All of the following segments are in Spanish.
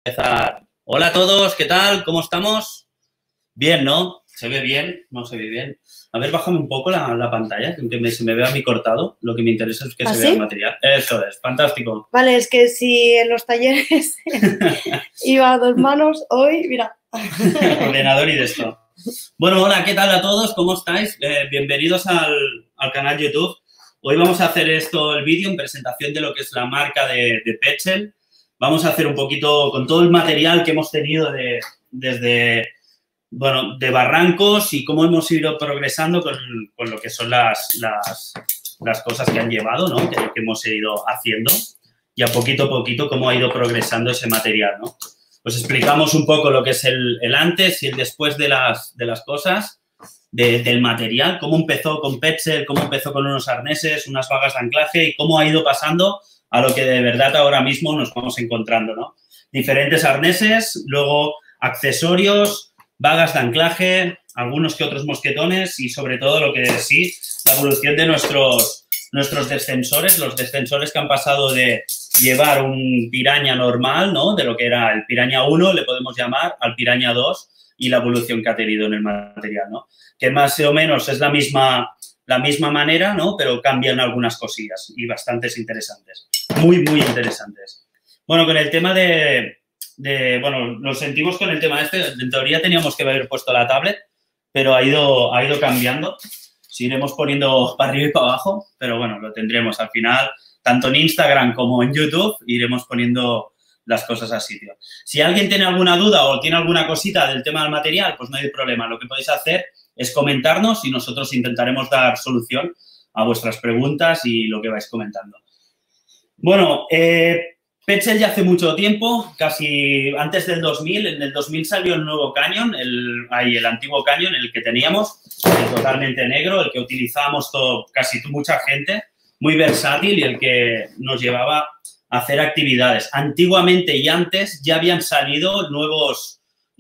Empezar. Hola a todos, ¿qué tal? ¿Cómo estamos? Bien, ¿no? ¿Se ve bien? ¿No se ve bien? A ver, bájame un poco la pantalla, que se me vea a mí cortado. Lo que me interesa es que se vea el material. Eso es, fantástico. Vale, es que si en los talleres iba a dos manos, hoy, mira. Ordenador y de esto. Bueno, hola, ¿qué tal a todos? ¿Cómo estáis? Bienvenidos al canal YouTube. Hoy vamos a hacer el vídeo en presentación de lo que es la marca de Petzl. Vamos a hacer un poquito con todo el material que hemos tenido desde barrancos y cómo hemos ido progresando con lo que son las cosas que han llevado, ¿no? Que hemos ido haciendo y a poquito cómo ha ido progresando ese material, ¿no? Pues explicamos un poco lo que es el antes y el después de las cosas, del material, cómo empezó con Petzl, cómo empezó con unos arneses, unas vagas de anclaje y cómo ha ido pasando a lo que de verdad ahora mismo nos vamos encontrando, ¿no? Diferentes arneses, luego accesorios, vagas de anclaje, algunos que otros mosquetones y sobre todo lo que sí, la evolución de nuestros descensores, los descensores que han pasado de llevar un Piraña normal, ¿no? De lo que era el Piraña 1, le podemos llamar, al Piraña 2 y la evolución que ha tenido en el material, ¿no? Que más o menos es la misma manera, ¿no? Pero cambian algunas cosillas y bastantes interesantes. Muy interesantes. Bueno, con el tema bueno, nos sentimos con el tema en teoría teníamos que haber puesto la tablet, pero ha ido cambiando. Sí, iremos poniendo para arriba y para abajo, pero bueno, lo tendremos al final, tanto en Instagram como en YouTube, iremos poniendo las cosas a sitio. Si alguien tiene alguna duda o tiene alguna cosita del tema del material, pues no hay problema. Lo que podéis hacer es comentarnos y nosotros intentaremos dar solución a vuestras preguntas y lo que vais comentando. Bueno, Petzl ya hace mucho tiempo, casi antes del 2000, en el 2000 salió el nuevo Canyon, el antiguo Canyon, el que teníamos, el totalmente negro, el que utilizábamos casi mucha gente, muy versátil y el que nos llevaba a hacer actividades. Antiguamente y antes ya habían salido nuevos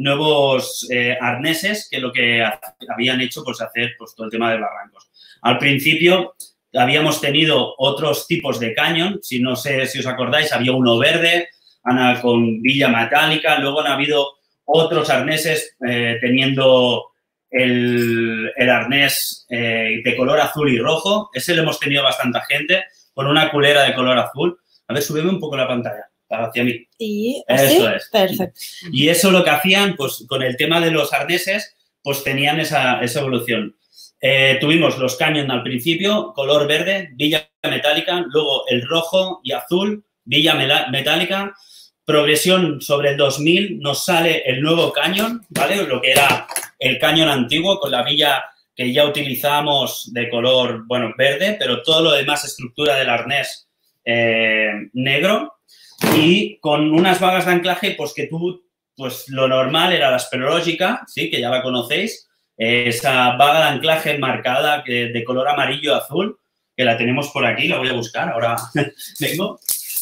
arneses que lo que habían hecho pues hacer pues todo el tema de barrancos. Al principio habíamos tenido otros tipos de cañón, no sé si os acordáis, había uno verde, con villa metálica, luego han habido otros arneses teniendo el arnés de color azul y rojo, ese lo hemos tenido bastante gente, con una culera de color azul. A ver, súbeme un poco la pantalla, hacia mí. ¿Y así? Eso es. Perfecto. Y eso lo que hacían, pues con el tema de los arneses, pues tenían esa evolución. Tuvimos los Canyon al principio, color verde, villa metálica, luego el rojo y azul, villa metálica. Progresión sobre el 2000 nos sale el nuevo Canyon, ¿vale? Lo que era el Canyon antiguo con la villa que ya utilizábamos de color, bueno, verde, pero todo lo demás estructura del arnés negro y con unas vagas de anclaje, pues que pues lo normal era la espeleológica, ¿sí? Que ya la conocéis. Esa vaga de anclaje marcada de color amarillo-azul, que la tenemos por aquí, la voy a buscar, ahora vengo.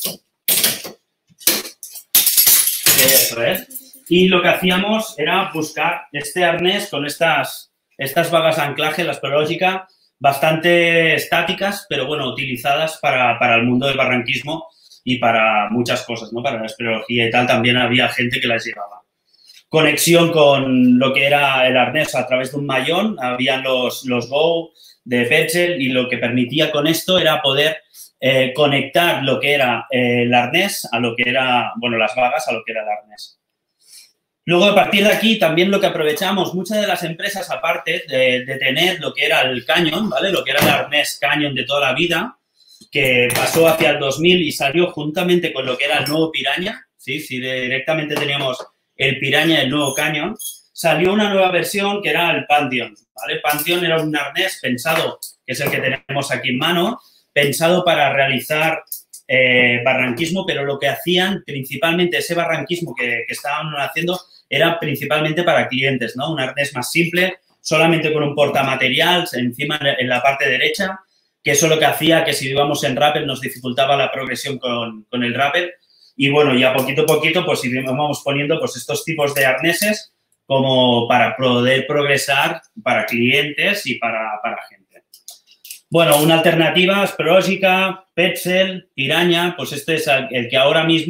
Eso es. Y lo que hacíamos era buscar este arnés con estas vagas de anclaje, la espeleológica, bastante estáticas, pero bueno, utilizadas para el mundo del barranquismo y para muchas cosas, ¿no? Para la espeleología y tal, también había gente que las llevaba. Conexión con lo que era el arnés a través de un mayón, habían los Go de Petzl y lo que permitía con esto era poder conectar lo que era el arnés a lo que era, bueno, las vagas a lo que era el arnés. Luego, a partir de aquí, también lo que aprovechamos, muchas de las empresas, aparte de tener lo que era el Canyon, ¿vale? Lo que era el arnés Canyon de toda la vida, que pasó hacia el 2000 y salió juntamente con lo que era el nuevo Piraña, ¿sí? Si directamente teníamos el Piraña, el nuevo Canyon, salió una nueva versión que era el Pantheon, ¿vale? Pantheon era un arnés pensado, que es el que tenemos aquí en mano, pensado para realizar barranquismo, pero lo que hacían principalmente, ese barranquismo que estaban haciendo, era principalmente para clientes, ¿no? Un arnés más simple, solamente con un portamaterial encima en la parte derecha, que eso lo que hacía que si íbamos en rappel nos dificultaba la progresión con el rappel. Y bueno, ya poquito a poquito, pues íbamos poniendo pues estos tipos de arneses como para poder progresar para clientes y para gente. Bueno, una alternativa espeleológica, Petzl, Piraña, pues este es el que ahora mismo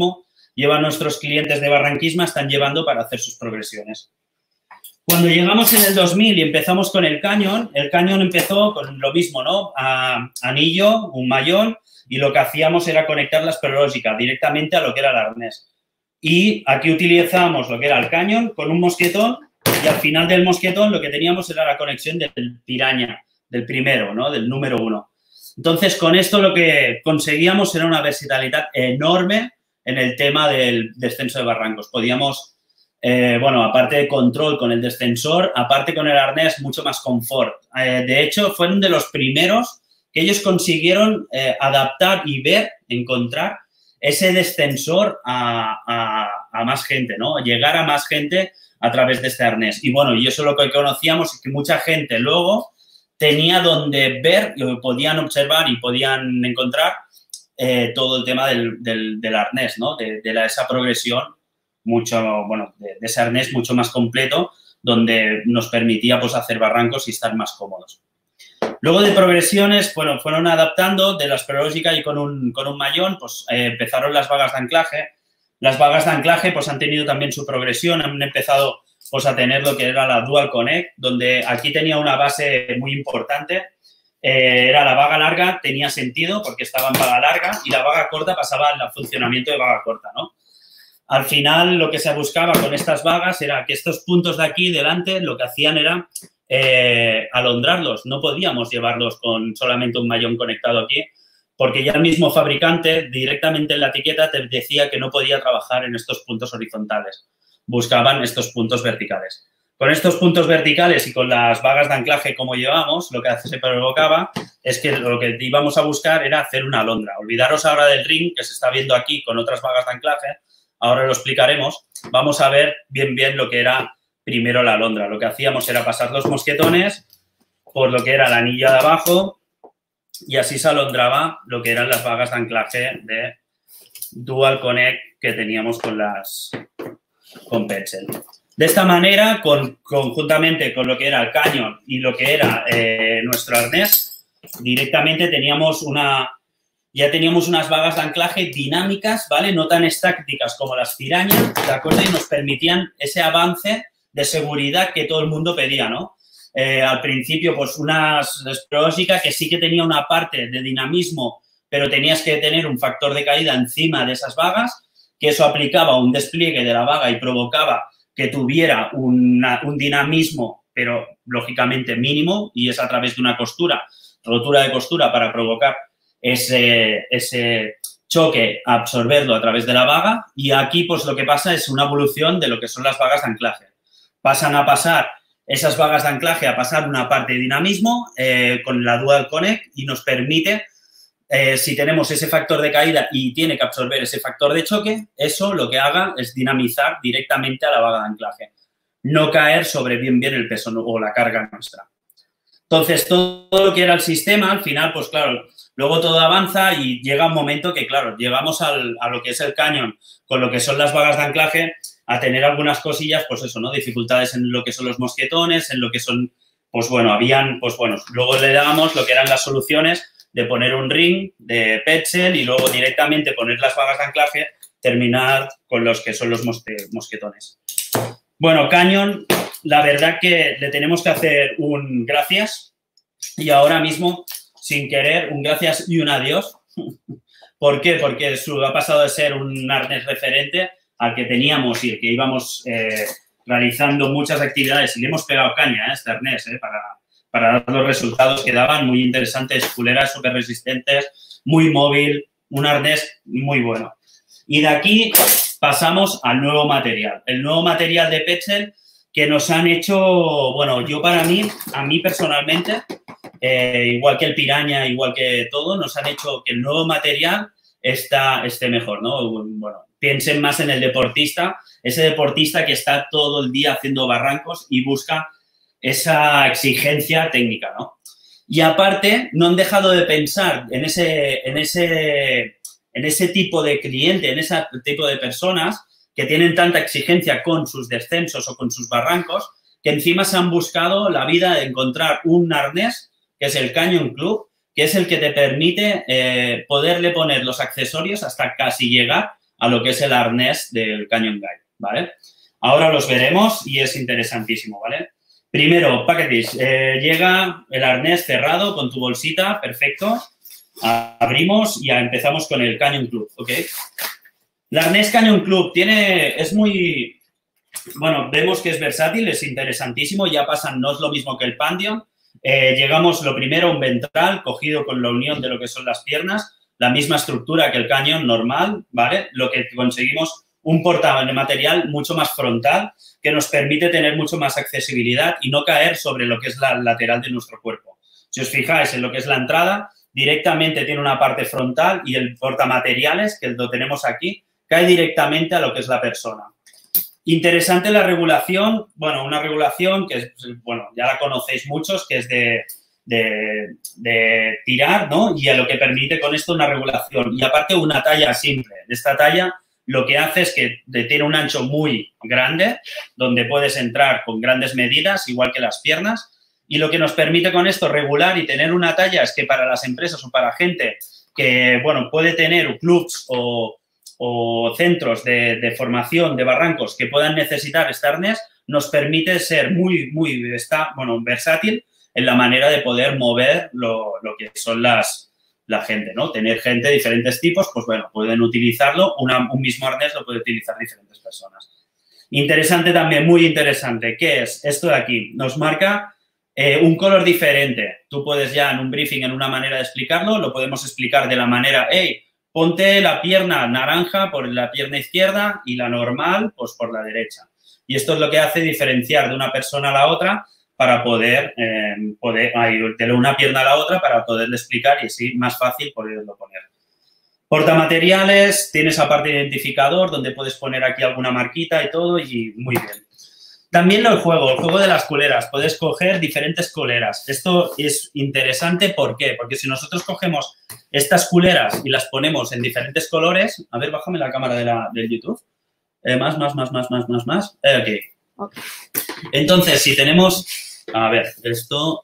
llevan nuestros clientes de Barranquisma, están llevando para hacer sus progresiones. Cuando llegamos en el 2000 y empezamos con el Canyon empezó con lo mismo, ¿no? Anillo, un mallón, y lo que hacíamos era conectar la esperológica directamente a lo que era el arnés. Y aquí utilizamos lo que era el Canyon con un mosquetón y al final del mosquetón lo que teníamos era la conexión del piraña, del primero, ¿no? Del número 1. Entonces, con esto lo que conseguíamos era una versatilidad enorme en el tema del descenso de barrancos. Podíamos... bueno, aparte de control con el descensor, aparte con el arnés, mucho más confort. De hecho, fueron de los primeros que ellos consiguieron adaptar y ver, encontrar ese descensor a más gente, ¿no? Llegar a más gente a través de este arnés. Y bueno, y eso lo que conocíamos es que mucha gente luego tenía donde ver, podían observar y podían encontrar todo el tema del arnés, ¿no? Esa progresión mucho, bueno, de ese arnés mucho más completo, donde nos permitía, pues, hacer barrancos y estar más cómodos. Luego de progresiones, bueno, fueron adaptando de la esperológica y con un mallón, pues, empezaron las vagas de anclaje. Las vagas de anclaje, pues, han tenido también su progresión, han empezado, pues, a tener lo que era la Dual Connect, donde aquí tenía una base muy importante. Era la vaga larga, tenía sentido porque estaba en vaga larga, y la vaga corta pasaba al funcionamiento de vaga corta, ¿no? Al final, lo que se buscaba con estas vagas era que estos puntos de aquí delante lo que hacían era alondrarlos. No podíamos llevarlos con solamente un mallón conectado aquí, porque ya el mismo fabricante directamente en la etiqueta te decía que no podía trabajar en estos puntos horizontales. Buscaban estos puntos verticales. Con estos puntos verticales y con las vagas de anclaje como llevamos, lo que se provocaba es que lo que íbamos a buscar era hacer una alondra. Olvidaros ahora del ring que se está viendo aquí con otras vagas de anclaje. Ahora lo explicaremos. Vamos a ver bien lo que era primero la alondra. Lo que hacíamos era pasar los mosquetones por lo que era la anilla de abajo y así se alondraba lo que eran las vagas de anclaje de Dual Connect que teníamos con Petzl. De esta manera, conjuntamente con lo que era el Canyon y lo que era nuestro arnés, directamente ya teníamos unas vagas de anclaje dinámicas, ¿vale? No tan estáticas como las pirañas, ¿de acuerdo? Y nos permitían ese avance de seguridad que todo el mundo pedía, ¿no? Al principio, pues, una esperológica que sí que tenía una parte de dinamismo, pero tenías que tener un factor de caída encima de esas vagas, que eso aplicaba un despliegue de la vaga y provocaba que tuviera un dinamismo, pero lógicamente mínimo, y es a través de una rotura de costura para provocar ese choque, absorberlo a través de la vaga. Y aquí, pues, lo que pasa es una evolución de lo que son las vagas de anclaje. Pasan a pasar esas vagas de anclaje a pasar una parte de dinamismo con la Dual Connect y nos permite, si tenemos ese factor de caída y tiene que absorber ese factor de choque, eso lo que haga es dinamizar directamente a la vaga de anclaje. No caer sobre bien el peso o la carga nuestra. Entonces, todo lo que era el sistema, al final, pues claro, luego todo avanza y llega un momento que, claro, llegamos a lo que es el Canyon con lo que son las vagas de anclaje a tener algunas cosillas, pues eso, ¿no? Dificultades en lo que son los mosquetones, en lo que son, pues bueno, luego le dábamos lo que eran las soluciones de poner un ring de Petzl y luego directamente poner las vagas de anclaje, terminar con los que son los mosquetones. Bueno, Canyon, la verdad que le tenemos que hacer un gracias y ahora mismo, sin querer, un gracias y un adiós. ¿Por qué? Porque ha pasado de ser un arnés referente al que teníamos y el que íbamos realizando muchas actividades y le hemos pegado caña a este arnés para dar los resultados que daban, muy interesantes, culeras súper resistentes, muy móvil, un arnés muy bueno. Y de aquí pasamos al nuevo material. El nuevo material de Petzl que nos han hecho, bueno, a mí personalmente, igual que el piraña, igual que todo, nos han hecho que el nuevo material esté mejor, ¿no? Bueno, piensen más en el deportista, ese deportista que está todo el día haciendo barrancos y busca esa exigencia técnica, ¿no? Y aparte, no han dejado de pensar en ese tipo de cliente, en ese tipo de personas que tienen tanta exigencia con sus descensos o con sus barrancos, que encima se han buscado la vida de encontrar un arnés, que es el Canyon Club, que es el que te permite poderle poner los accesorios hasta casi llegar a lo que es el arnés del Canyon Guide, ¿vale? Ahora los veremos y es interesantísimo, ¿vale? Primero, package, llega el arnés cerrado con tu bolsita, perfecto. Abrimos y empezamos con el Canyon Club, ¿ok? El arnés Canyon Club es muy, bueno, vemos que es versátil, es interesantísimo, ya pasan, no es lo mismo que el Pantheon. Llegamos lo primero a un ventral cogido con la unión de lo que son las piernas, la misma estructura que el Canyon normal, ¿vale? Lo que conseguimos un portamaterial mucho más frontal que nos permite tener mucho más accesibilidad y no caer sobre lo que es la lateral de nuestro cuerpo. Si os fijáis en lo que es la entrada, directamente tiene una parte frontal y el portamateriales, que lo tenemos aquí, cae directamente a lo que es la persona. Interesante la regulación, bueno, una regulación que es, bueno, ya la conocéis muchos, que es de tirar, ¿no? Y a lo que permite con esto una regulación. Y aparte una talla simple. Esta talla lo que hace es que tiene un ancho muy grande, donde puedes entrar con grandes medidas, igual que las piernas. Y lo que nos permite con esto regular y tener una talla es que para las empresas o para gente que, bueno, puede tener clubs o centros de formación de barrancos que puedan necesitar este arnés, nos permite ser muy versátil en la manera de poder mover lo que son la gente, ¿no? Tener gente de diferentes tipos, pues bueno, pueden utilizarlo, un mismo arnés lo puede utilizar diferentes personas. Interesante también, muy interesante, ¿qué es? Esto de aquí nos marca un color diferente. Tú puedes ya en un briefing, en una manera de explicarlo, lo podemos explicar de la manera, hey, ponte la pierna naranja por la pierna izquierda y la normal, pues por la derecha. Y esto es lo que hace diferenciar de una persona a la otra para poder de una pierna a la otra para poderle explicar y así más fácil poderlo poner. Portamateriales, tienes aparte identificador donde puedes poner aquí alguna marquita y todo y muy bien. También el juego de las coleras. Puedes coger diferentes coleras. Esto es interesante, ¿por qué? Porque si nosotros cogemos estas culeras y las ponemos en diferentes colores... A ver, bájame la cámara del YouTube. Más. Ok. Entonces, si tenemos... A ver, esto...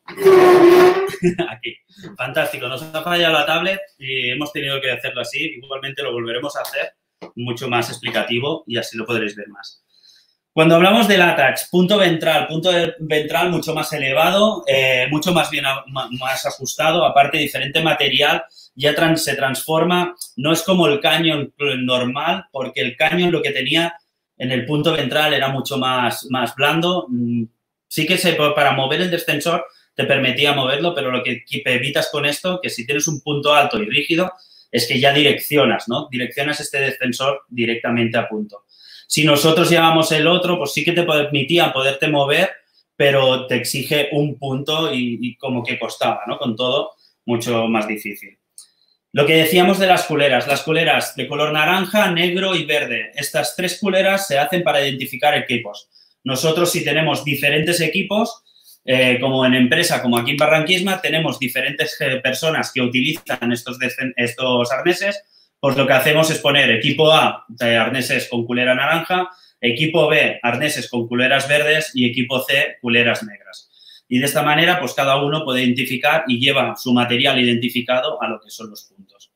Aquí. Fantástico. Nos ha fallado la tablet y hemos tenido que hacerlo así. Igualmente lo volveremos a hacer mucho más explicativo y así lo podréis ver más. Cuando hablamos del attach, punto ventral mucho más elevado, mucho más ajustado, aparte diferente material, ya se transforma, no es como el Canyon normal, porque el Canyon lo que tenía en el punto ventral era mucho más blando. Sí que para mover el descensor te permitía moverlo, pero lo que evitas con esto, que si tienes un punto alto y rígido, es que ya direccionas, ¿no? Direccionas este descensor directamente a punto. Si nosotros llevamos el otro, pues sí que te permitía poderte mover, pero te exige un punto y como que costaba, ¿no? Con todo, mucho más difícil. Lo que decíamos de las culeras de color naranja, negro y verde. Estas tres culeras se hacen para identificar equipos. Nosotros, si tenemos diferentes equipos, como en empresa, como aquí en Barranquisma, tenemos diferentes personas que utilizan estos arneses. Pues lo que hacemos es poner equipo A, arneses con culera naranja, equipo B, arneses con culeras verdes y equipo C, culeras negras. Y de esta manera, pues cada uno puede identificar y lleva su material identificado a lo que son los puntos.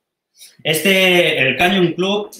El Canyon Club,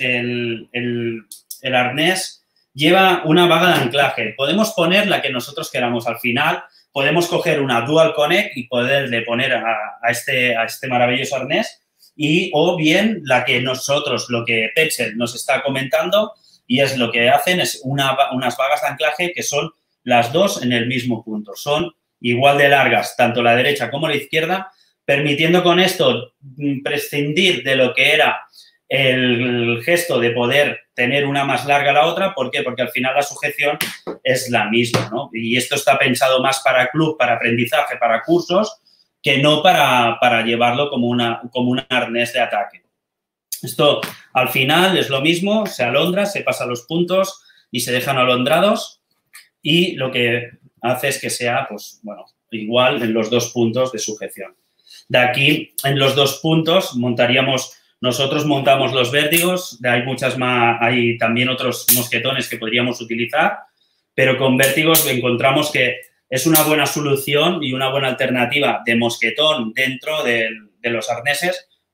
el arnés, lleva una vaga de anclaje. Podemos poner la que nosotros queramos. Al final, podemos coger una Dual Connect y poderle poner a este maravilloso arnés. O bien la que lo que Petzl nos está comentando, y es lo que hacen es unas vagas de anclaje que son las dos en el mismo punto. Son igual de largas, tanto la derecha como la izquierda, permitiendo con esto prescindir de lo que era el gesto de poder tener una más larga a la otra. ¿Por qué? Porque al final la sujeción es la misma, ¿no? Y esto está pensado más para club, para aprendizaje, para cursos, que no para llevarlo como un arnés de ataque. Esto, al final, es lo mismo, se alondra, se pasa los puntos y se dejan alondrados y lo que hace es que sea, pues, bueno, igual en los dos puntos de sujeción. De aquí, en los dos puntos, nosotros montamos los vértigos, hay también otros mosquetones que podríamos utilizar, pero con vértigos encontramos que es una buena solución y una buena alternativa de mosquetón dentro de los arneses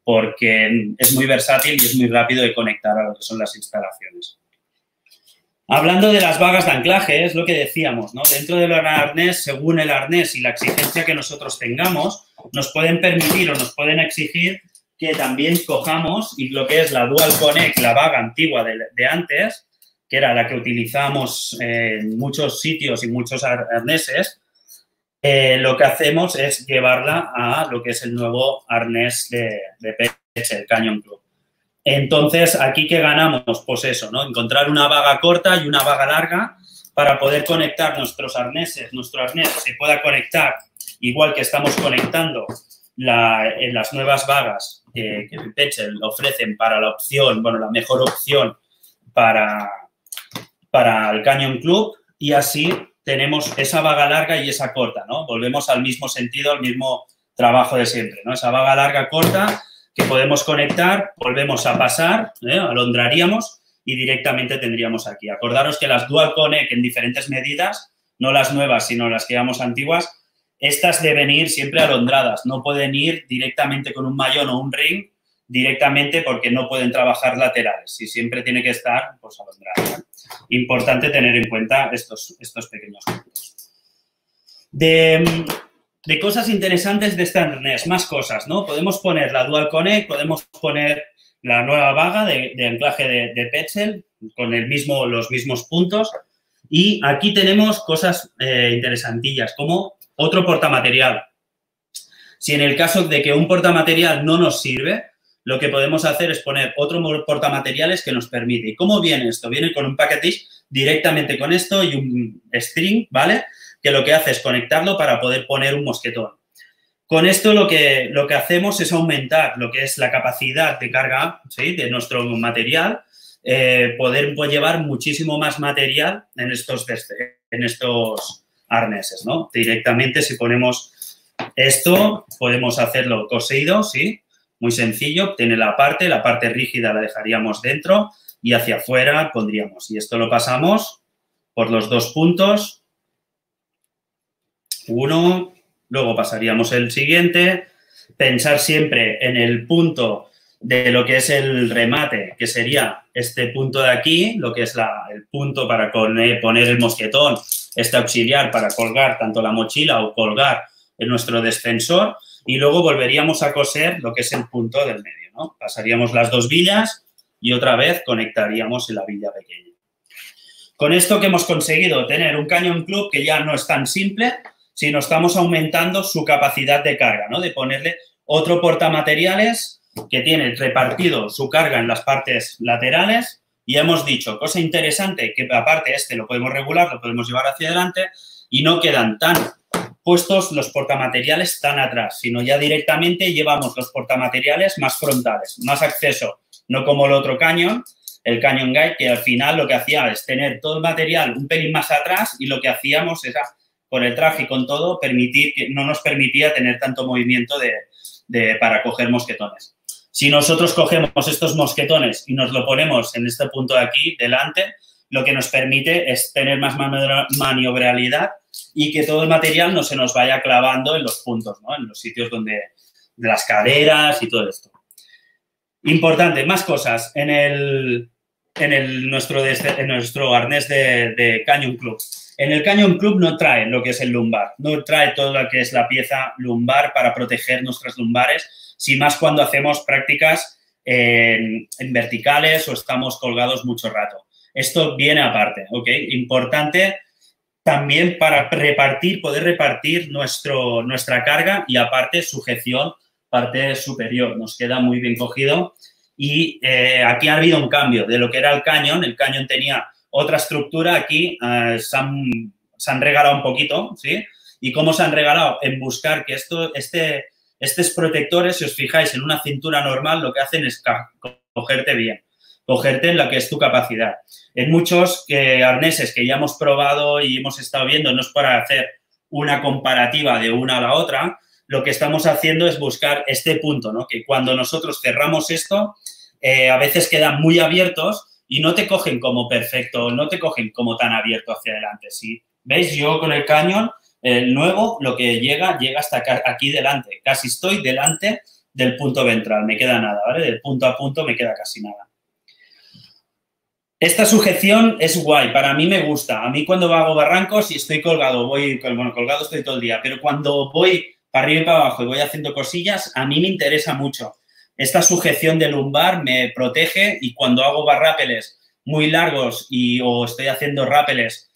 porque es muy versátil y es muy rápido de conectar a lo que son las instalaciones. Hablando de las vagas de anclaje, es lo que decíamos, ¿no? Dentro del arnés, según el arnés y la exigencia que nosotros tengamos, nos pueden permitir o nos pueden exigir que también cojamos y lo que es la Dual Connect, la vaga antigua de antes, que era la que utilizamos en muchos sitios y muchos arneses, lo que hacemos es llevarla a lo que es el nuevo arnés de Petzl, el Canyon Club. Entonces, ¿aquí qué ganamos? Pues eso, ¿no? Encontrar una vaga corta y una vaga larga para poder conectar nuestros arneses. Nuestro arnés se pueda conectar igual que estamos conectando en las nuevas vagas que Petzl ofrecen para la opción, bueno, la mejor opción para el Canyon Club, y así tenemos esa vaga larga y esa corta, ¿no? Volvemos al mismo sentido, al mismo trabajo de siempre, ¿no? Esa vaga larga corta que podemos conectar, volvemos a pasar, alondraríamos y directamente tendríamos aquí. Acordaros que las Dual Connect en diferentes medidas, no las nuevas, sino las que llamamos antiguas, estas deben ir siempre alondradas, no pueden ir directamente con un mayón o un ring, directamente porque no pueden trabajar laterales y siempre tiene que estar pues alondrada. Importante tener en cuenta estos pequeños puntos. De cosas interesantes de este arnés, más cosas, ¿no? Podemos poner la Dual Connect, podemos poner la nueva vaga de anclaje de Petzl con los mismos puntos, y aquí tenemos cosas interesantillas como otro portamaterial. Si en el caso de que un portamaterial no nos sirve, lo que podemos hacer es poner otro portamateriales que nos permite. ¿Y cómo viene esto? Viene con un package directamente con esto y un string, ¿vale? Que lo que hace es conectarlo para poder poner un mosquetón. Con esto lo que hacemos es aumentar lo que es la capacidad de carga, ¿sí?, de nuestro material, poder llevar muchísimo más material en estos arneses, ¿no? Directamente, si ponemos esto, podemos hacerlo cosido, ¿sí? Muy sencillo, tiene la parte rígida la dejaríamos dentro y hacia afuera pondríamos. Y esto lo pasamos por los dos puntos. Uno, luego pasaríamos el siguiente. Pensar siempre en el punto de lo que es el remate, que sería este punto de aquí, lo que es el punto para poner el mosquetón, este auxiliar para colgar tanto la mochila o colgar en nuestro descensor, y luego volveríamos a coser lo que es el punto del medio, ¿no? Pasaríamos las dos villas y otra vez conectaríamos en la villa pequeña. Con esto que hemos conseguido tener un Canyon Club que ya no es tan simple, sino estamos aumentando su capacidad de carga, ¿no? De ponerle otro portamateriales que tiene repartido su carga en las partes laterales, y hemos dicho, cosa interesante, que aparte lo podemos regular, lo podemos llevar hacia adelante y no quedan tan puestos los portamateriales tan atrás, sino ya directamente llevamos los portamateriales más frontales, más acceso, no como el otro Canyon, el Canyon Guide, que al final lo que hacía es tener todo el material un pelín más atrás, y lo que hacíamos era, con el traje y con todo, no nos permitía tener tanto movimiento para coger mosquetones. Si nosotros cogemos estos mosquetones y nos lo ponemos en este punto de aquí, delante, lo que nos permite es tener más maniobrabilidad y que todo el material no se nos vaya clavando en los puntos, ¿no? En los sitios de las caderas y todo esto. Importante, más cosas en nuestro arnés de Canyon Club. En el Canyon Club no trae lo que es el lumbar, no trae todo lo que es la pieza lumbar para proteger nuestras lumbares, si más cuando hacemos prácticas en verticales o estamos colgados mucho rato. Esto viene aparte, ¿ok? Importante también para poder repartir nuestra carga, y aparte sujeción, parte superior. Nos queda muy bien cogido, y aquí ha habido un cambio de lo que era el Canyon. El Canyon tenía otra estructura, aquí se han regalado un poquito, ¿sí? ¿Y cómo se han regalado? En buscar que estos protectores, si os fijáis, en una cintura normal lo que hacen es cogerte bien, cogerte en lo que es tu capacidad. En muchos arneses que ya hemos probado y hemos estado viendo, no es para hacer una comparativa de una a la otra, lo que estamos haciendo es buscar este punto, ¿no? Que cuando nosotros cerramos esto, a veces quedan muy abiertos y no te cogen como perfecto, no te cogen como tan abierto hacia adelante. Si veis, yo con el Canyon, el nuevo, lo que llega hasta aquí delante. Casi estoy delante del punto ventral, me queda nada, ¿vale? Del punto a punto me queda casi nada. Esta sujeción es guay, para mí me gusta. A mí cuando hago barrancos y estoy colgado, bueno, colgado estoy todo el día, pero cuando voy para arriba y para abajo y voy haciendo cosillas, a mí me interesa mucho. Esta sujeción de lumbar me protege y cuando hago barrápeles muy largos o estoy haciendo rápeles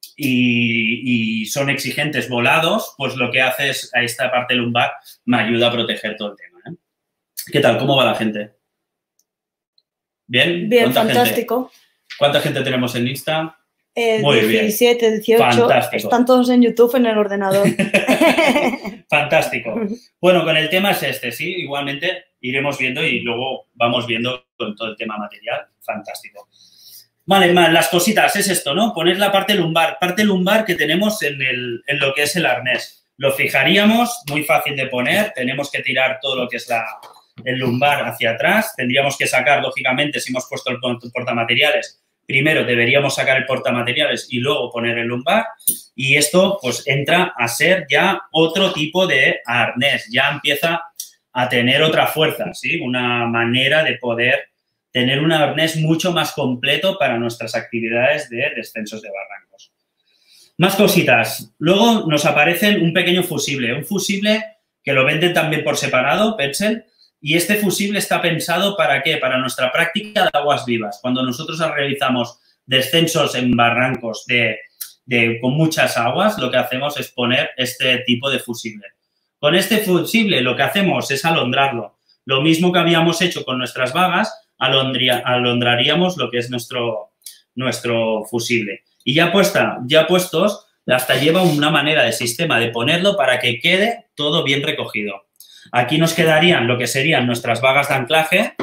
y son exigentes volados, pues lo que hace es a esta parte lumbar me ayuda a proteger todo el tema, ¿eh? ¿Qué tal? ¿Cómo va la gente? ¿Bien? Bien, fantástico. ¿Cuánta gente tenemos en Insta? Muy 17, bien. 18. Fantástico. Están todos en YouTube en el ordenador. Fantástico. Bueno, con el tema es este, ¿sí? Igualmente iremos viendo y luego vamos viendo con todo el tema material. Fantástico. Vale, las cositas, es esto, ¿no? Poner la parte lumbar que tenemos en lo que es el arnés. Lo fijaríamos, muy fácil de poner, tenemos que tirar todo lo que es el lumbar hacia atrás, tendríamos que sacar, lógicamente, si hemos puesto el portamateriales, primero deberíamos sacar el portamateriales y luego poner el lumbar y esto pues entra a ser ya otro tipo de arnés, ya empieza a tener otra fuerza, ¿sí? Una manera de poder tener un arnés mucho más completo para nuestras actividades de descensos de barrancos. Más cositas. Luego nos aparece un pequeño fusible. Un fusible que lo venden también por separado, Petzl. Y este fusible está pensado ¿para qué? Para nuestra práctica de aguas vivas. Cuando nosotros realizamos descensos en barrancos con muchas aguas, lo que hacemos es poner este tipo de fusible. Con este fusible lo que hacemos es alondrarlo. Lo mismo que habíamos hecho con nuestras vagas, alondraríamos lo que es nuestro fusible. Y ya puestos, hasta lleva una manera de sistema de ponerlo para que quede todo bien recogido. Aquí nos quedarían lo que serían nuestras vagas de anclaje.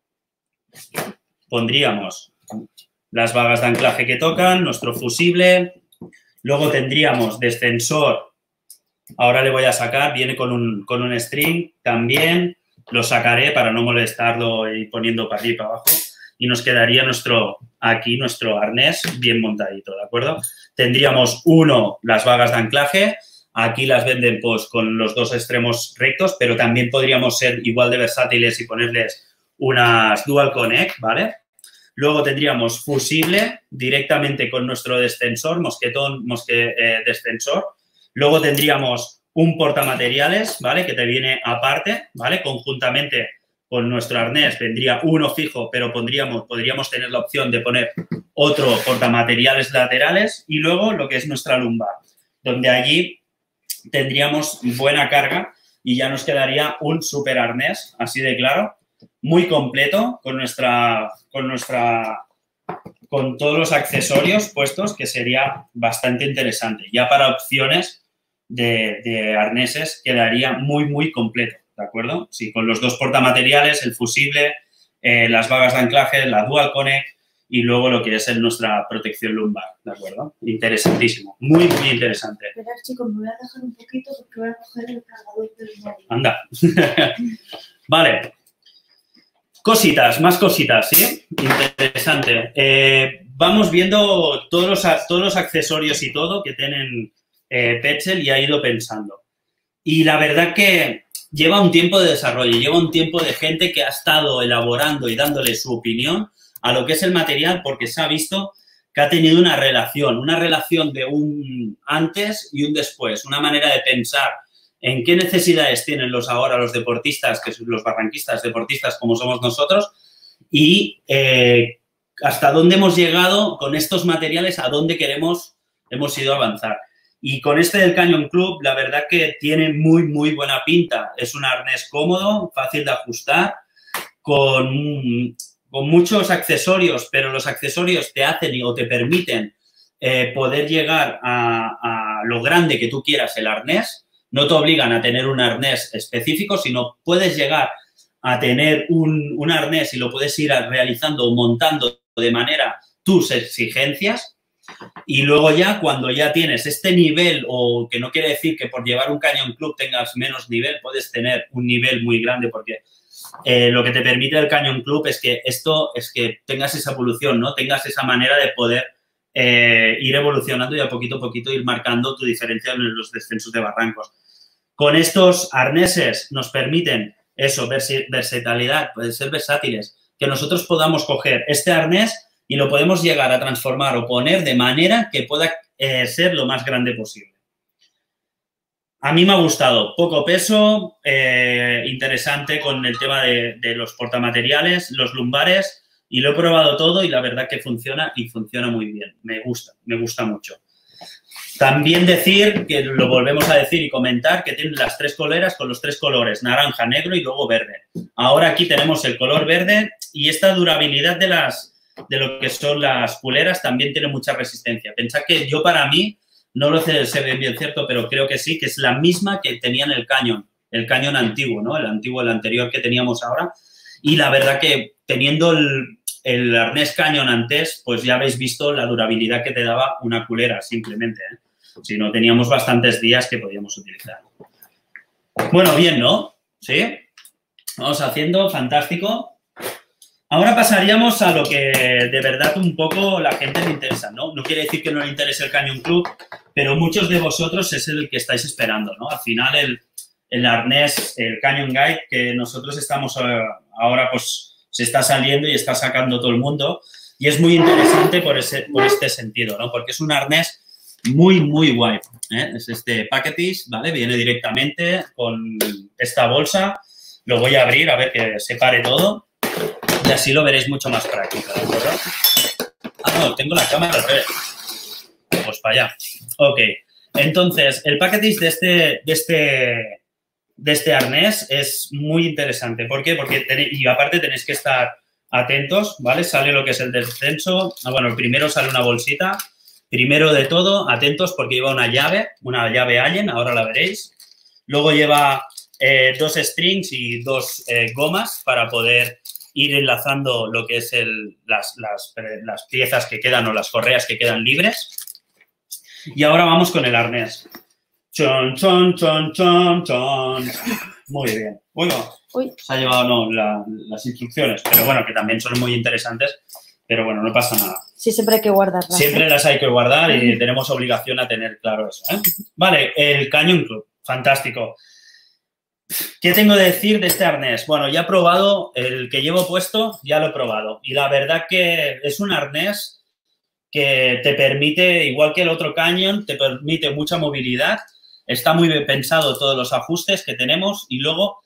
Pondríamos las vagas de anclaje que tocan, nuestro fusible. Luego tendríamos descensor. Ahora le voy a sacar, viene con un string también. Lo sacaré para no molestarlo y poniendo para arriba y para abajo. Y nos quedaría aquí nuestro arnés bien montadito, ¿de acuerdo? Tendríamos las vagas de anclaje. Aquí las venden pues con los dos extremos rectos, pero también podríamos ser igual de versátiles y ponerles unas dual connect, ¿vale? Luego tendríamos fusible directamente con nuestro descensor, descensor. Luego tendríamos un portamateriales, ¿vale? Que te viene aparte, ¿vale? Conjuntamente con nuestro arnés vendría uno fijo, pero podríamos tener la opción de poner otro portamateriales laterales y luego lo que es nuestra lumbar, donde allí tendríamos buena carga y ya nos quedaría un super arnés, así de claro, muy completo con todos los accesorios puestos, que sería bastante interesante. Ya para opciones de arneses quedaría muy, muy completo, ¿de acuerdo? Sí, con los dos portamateriales, el fusible, las vagas de anclaje, la dual connect y luego lo que es nuestra protección lumbar, ¿de acuerdo? Interesantísimo, muy, muy interesante. Esperad, chicos, me voy a dejar un poquito porque voy a coger el cargador del móvil. Anda. Vale. Cositas, más cositas, ¿sí? Interesante. Vamos viendo todos los accesorios y todo que tienen Petzl y ha ido pensando. Y la verdad que lleva un tiempo de desarrollo, lleva un tiempo de gente que ha estado elaborando y dándole su opinión a lo que es el material porque se ha visto que ha tenido una relación de un antes y un después, una manera de pensar en qué necesidades tienen ahora los deportistas, que son los barranquistas deportistas como somos nosotros, y hasta dónde hemos llegado con estos materiales, a dónde hemos ido a avanzar. Y con este del Canyon Club, la verdad que tiene muy, muy buena pinta. Es un arnés cómodo, fácil de ajustar, con muchos accesorios, pero los accesorios te hacen o te permiten poder llegar a lo grande que tú quieras el arnés. No te obligan a tener un arnés específico, sino puedes llegar a tener un arnés y lo puedes ir realizando o montando de manera tus exigencias. Y luego ya, cuando ya tienes este nivel, o que no quiere decir que por llevar un Canyon Club tengas menos nivel, puedes tener un nivel muy grande porque lo que te permite el Canyon Club es que tengas esa evolución, ¿no? Tengas esa manera de poder ir evolucionando y a poquito ir marcando tu diferencia en los descensos de barrancos. Con estos arneses nos permiten eso, versatilidad, puede ser versátiles. Que nosotros podamos coger este arnés y lo podemos llegar a transformar o poner de manera que pueda ser lo más grande posible. A mí me ha gustado, poco peso, interesante con el tema de los portamateriales, los lumbares, y lo he probado todo y la verdad que funciona y funciona muy bien. Me gusta mucho. También decir, que lo volvemos a decir y comentar, que tienen las 3 coleras con los 3 colores, naranja, negro y luego verde. Ahora aquí tenemos el color verde y esta durabilidad de lo que son las culeras también tiene mucha resistencia. Pensad que yo para mí, no lo sé bien cierto, pero creo que sí, que es la misma que tenía en el cañón antiguo, ¿no? El anterior que teníamos ahora. Y la verdad que teniendo el arnés cañón antes, pues ya habéis visto la durabilidad que te daba una culera, simplemente, ¿eh? Si no, teníamos bastantes días que podíamos utilizar. Bueno, bien, ¿no? ¿Sí? Vamos haciendo, fantástico. Ahora pasaríamos a lo que de verdad un poco la gente le interesa, ¿no? No quiere decir que no le interese el Canyon Club, pero muchos de vosotros es el que estáis esperando, ¿no? Al final el arnés, el Canyon Guide, que nosotros estamos ahora, pues se está saliendo y está sacando todo el mundo y es muy interesante por este sentido, ¿no? Porque es un arnés muy, muy guay, ¿eh? Es este Packetis, ¿vale? Viene directamente con esta bolsa. Lo voy a abrir a ver que se pare todo y así lo veréis mucho más práctico, ¿de acuerdo? Ah, no, tengo la cámara al revés. Pues para allá. Ok. Entonces, el Packetis de este arnés es muy interesante. ¿Por qué? Porque y aparte tenéis que estar atentos, ¿vale? Sale lo que es el descenso. Bueno, primero sale una bolsita. Primero de todo, atentos porque lleva una llave Allen, ahora la veréis. Luego lleva 2 strings y 2 gomas para poder ir enlazando lo que es las piezas que quedan o las correas que quedan libres. Y ahora vamos con el arnés. Chon, chon, chon, chon, chon. Muy bien. Bueno, se ha llevado las instrucciones, pero bueno, que también son muy interesantes. Pero bueno, no pasa nada. Sí, siempre hay que guardarlas. Siempre las hay que guardar y tenemos obligación a tener claro eso, ¿eh? Vale, el Canyon Club. Fantástico. ¿Qué tengo que decir de este arnés? Bueno, ya he probado, el que llevo puesto, ya lo he probado. Y la verdad que es un arnés que te permite, igual que el otro Canyon, te permite mucha movilidad. Está muy bien pensado todos los ajustes que tenemos y luego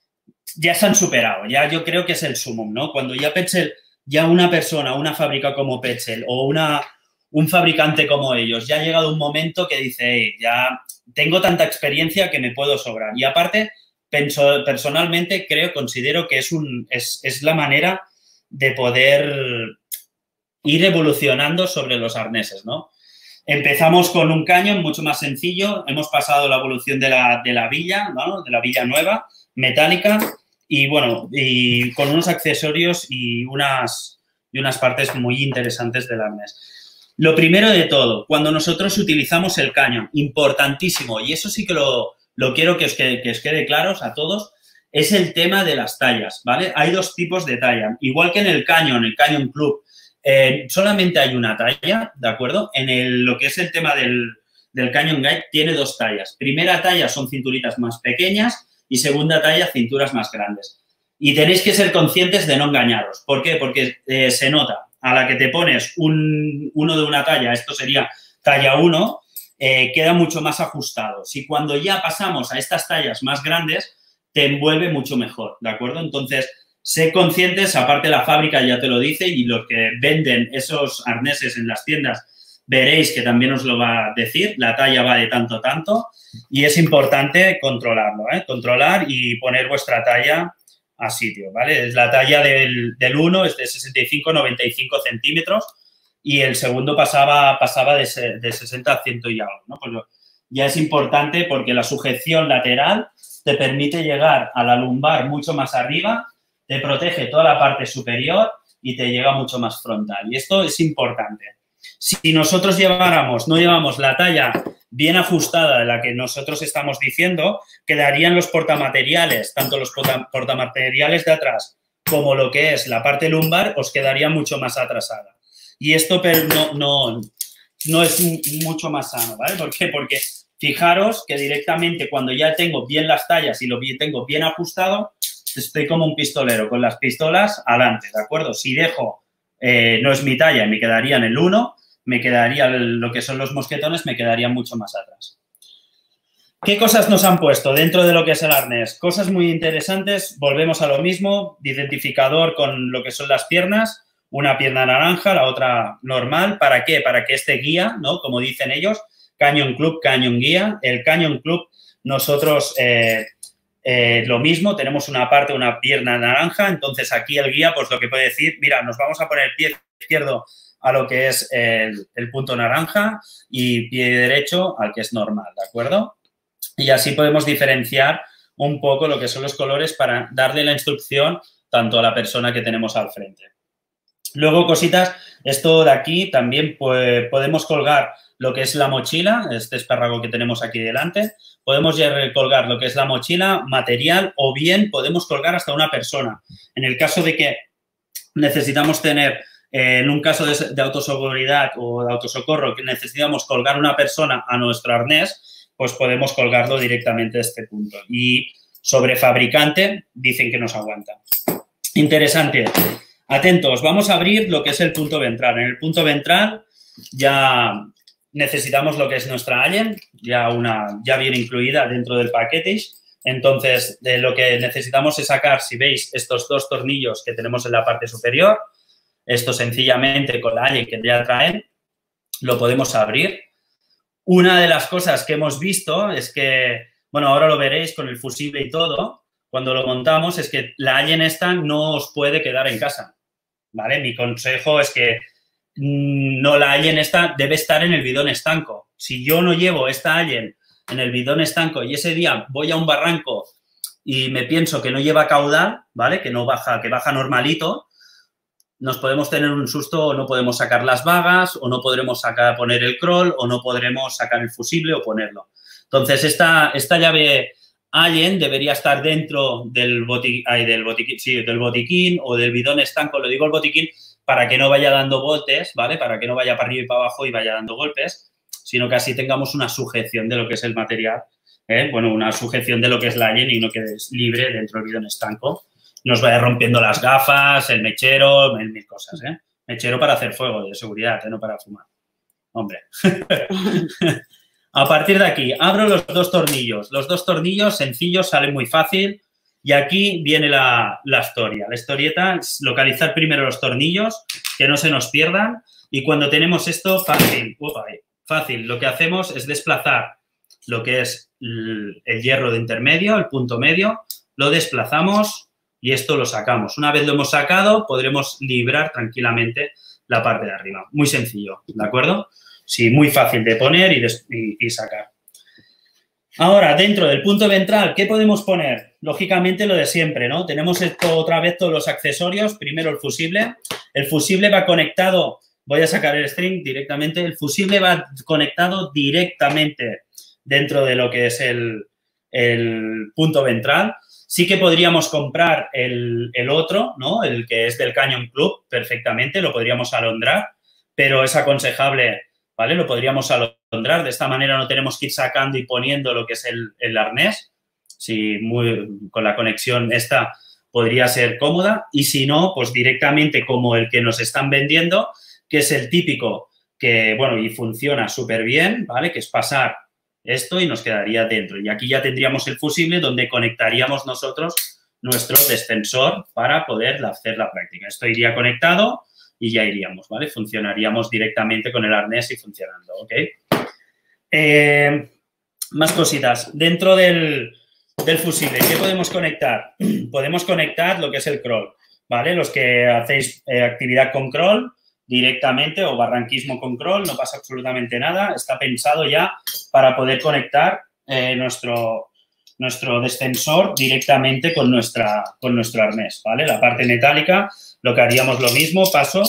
ya se han superado. Ya yo creo que es el sumum, ¿no? Cuando ya una persona, una fábrica como Petzl o un fabricante como ellos, ya ha llegado un momento que dice, hey, ya tengo tanta experiencia que me puedo sobrar. Y aparte, personalmente considero que es la manera de poder ir evolucionando sobre los arneses, ¿no? Empezamos con un cañón mucho más sencillo, hemos pasado la evolución de la villa, ¿no? De la villa nueva, metálica, y bueno, y con unos accesorios y unas partes muy interesantes del arnés. Lo primero de todo, cuando nosotros utilizamos el cañón, importantísimo, y eso sí que lo quiero que os quede claros a todos, es el tema de las tallas, ¿vale? Hay 2 tipos de talla. Igual que en el Canyon Club, solamente hay una talla, ¿de acuerdo? Lo que es el tema del Canyon Guide tiene 2 tallas. Primera talla son cinturitas más pequeñas y segunda talla, cinturas más grandes. Y tenéis que ser conscientes de no engañaros. ¿Por qué? Porque se nota. A la que te pones uno de una talla, esto sería talla 1, queda mucho más ajustado. Si cuando ya pasamos a estas tallas más grandes, te envuelve mucho mejor, ¿de acuerdo? Entonces, sé conscientes, aparte la fábrica ya te lo dice y los que venden esos arneses en las tiendas, veréis que también os lo va a decir, la talla va de tanto a tanto y es importante controlarlo, ¿eh? Controlar y poner vuestra talla a sitio, ¿vale? Es la talla del 1, es de 65-95 centímetros y el segundo pasaba de 60 a 100 y algo, ¿no? Pues ya es importante porque la sujeción lateral te permite llegar a la lumbar mucho más arriba, te protege toda la parte superior y te llega mucho más frontal. Y esto es importante. Si nosotros no llevamos la talla bien ajustada de la que nosotros estamos diciendo, quedarían los portamateriales, tanto los portamateriales de atrás como lo que es la parte lumbar, os quedaría mucho más atrasada. Y esto no es mucho más sano, ¿vale? ¿Por qué? Porque fijaros que directamente cuando ya tengo bien las tallas y lo tengo bien ajustado, estoy como un pistolero, con las pistolas adelante, ¿de acuerdo? Si dejo, no es mi talla, me quedaría en el 1, me quedaría lo que son los mosquetones, me quedarían mucho más atrás. ¿Qué cosas nos han puesto dentro de lo que es el arnés? Cosas muy interesantes, volvemos a lo mismo, identificador con lo que son las piernas, una pierna naranja, la otra normal. ¿Para qué? Para que este guía, ¿no? Como dicen ellos, Canyon Club, Canyon Guía. El Canyon Club, nosotros lo mismo, tenemos una parte, una pierna naranja, entonces aquí el guía pues lo que puede decir, mira, nos vamos a poner pie izquierdo a lo que es el punto naranja y pie derecho al que es normal, ¿de acuerdo? Y así podemos diferenciar un poco lo que son los colores para darle la instrucción tanto a la persona que tenemos al frente. Luego, cositas, esto de aquí también pues, podemos colgar lo que es la mochila, este espárrago que tenemos aquí delante. Podemos ya colgar lo que es la mochila, material, o bien podemos colgar hasta una persona. En el caso de que necesitamos tener, en un caso de autoseguridad o de autosocorro, que necesitamos colgar una persona a nuestro arnés, pues podemos colgarlo directamente a este punto. Y sobre fabricante, dicen que nos aguanta. Interesante. Atentos, vamos a abrir lo que es el punto ventral. En el punto ventral ya necesitamos lo que es nuestra Allen, ya viene incluida dentro del paquete. Entonces, lo que necesitamos es sacar, si veis, estos dos tornillos que tenemos en la parte superior. Esto sencillamente con la Allen que ya traen, lo podemos abrir. Una de las cosas que hemos visto es que, bueno, ahora lo veréis con el fusible y todo, cuando lo montamos, es que la Allen esta no os puede quedar en casa, ¿vale? Mi consejo es que no, la Allen esta debe estar en el bidón estanco. Si yo no llevo esta Allen en el bidón estanco y ese día voy a un barranco y me pienso que no lleva caudal, ¿vale? Que no baja, que baja normalito, nos podemos tener un susto o no podemos sacar las vagas o no podremos poner el crawl o no podremos sacar el fusible o ponerlo. Entonces, esta llave Allen debería estar dentro del botiquín o del bidón estanco. Lo digo el botiquín para que no vaya dando voltes, ¿vale? Para que no vaya para arriba y para abajo y vaya dando golpes, sino que así tengamos una sujeción de lo que es el material, ¿eh? Bueno, una sujeción de lo que es la Allen y no quede libre dentro del bidón estanco. Nos vaya rompiendo las gafas, el mechero, mil cosas, ¿eh? Mechero para hacer fuego, de seguridad, ¿eh? No para fumar. Hombre. A partir de aquí, abro los dos tornillos. Los dos tornillos sencillos, salen muy fácil. Y aquí viene la historia. La historieta es localizar primero los tornillos, que no se nos pierdan. Y cuando tenemos esto, fácil. Fácil. Lo que hacemos es desplazar lo que es el hierro de intermedio, el punto medio. Lo desplazamos y esto lo sacamos. Una vez lo hemos sacado, podremos librar tranquilamente la parte de arriba. Muy sencillo, ¿de acuerdo? Sí, muy fácil de poner y sacar. Ahora, dentro del punto ventral, ¿qué podemos poner? Lógicamente lo de siempre, ¿no? Tenemos otra vez todos los accesorios. Primero el fusible. El fusible va conectado, voy a sacar el string directamente. El fusible va conectado directamente dentro de lo que es el punto ventral. Sí que podríamos comprar el otro, ¿no? El que es del Canyon Club, perfectamente, lo podríamos alondrar, pero es aconsejable, ¿vale? Lo podríamos alondrar, de esta manera no tenemos que ir sacando y poniendo lo que es el arnés. Si con la conexión esta podría ser cómoda y si no, pues directamente como el que nos están vendiendo, que es el típico que, bueno, y funciona súper bien, ¿vale? Que es pasar esto y nos quedaría dentro. Y aquí ya tendríamos el fusible donde conectaríamos nosotros nuestro descensor para poder hacer la práctica. Esto iría conectado y ya iríamos, ¿vale? Funcionaríamos directamente con el arnés y funcionando, ¿ok? Más cositas. Dentro del fusible, ¿qué podemos conectar? Podemos conectar lo que es el crawl, ¿vale? Los que hacéis actividad con crawl directamente o barranquismo con crawl, no pasa absolutamente nada. Está pensado ya para poder conectar nuestro descensor directamente con nuestro arnés, ¿vale? La parte metálica, lo que haríamos lo mismo, paso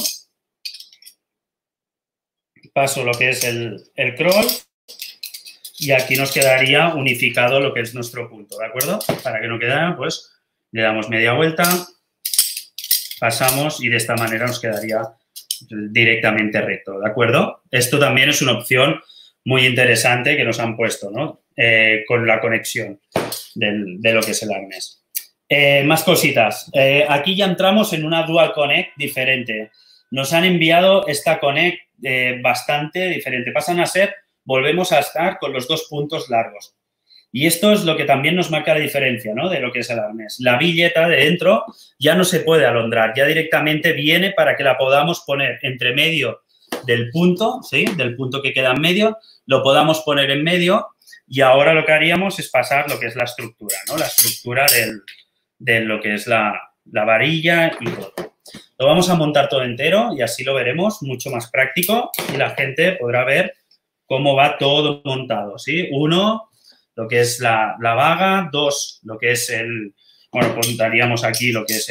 lo que es el crawl y aquí nos quedaría unificado lo que es nuestro punto, ¿de acuerdo? Para que no quedara, pues le damos media vuelta, pasamos y de esta manera nos quedaría directamente recto, ¿de acuerdo? Esto también es una opción muy interesante que nos han puesto, ¿no? Con la conexión de lo que es el arnés. Más cositas. Aquí ya entramos en una Dual Connect diferente. Nos han enviado esta Connect bastante diferente. Pasan a ser, volvemos a estar con los 2 puntos largos. Y esto es lo que también nos marca la diferencia, ¿no?, de lo que es el arnés. La billeta de dentro ya no se puede alondrar, ya directamente viene para que la podamos poner entre medio del punto, ¿sí?, del punto que queda en medio, lo podamos poner en medio y ahora lo que haríamos es pasar lo que es la estructura, ¿no?, la estructura de lo que es la varilla y todo. Lo vamos a montar todo entero y así lo veremos mucho más práctico y la gente podrá ver cómo va todo montado, ¿sí? 1, lo que es la vaga, 2, lo que es el, bueno, montaríamos aquí lo que es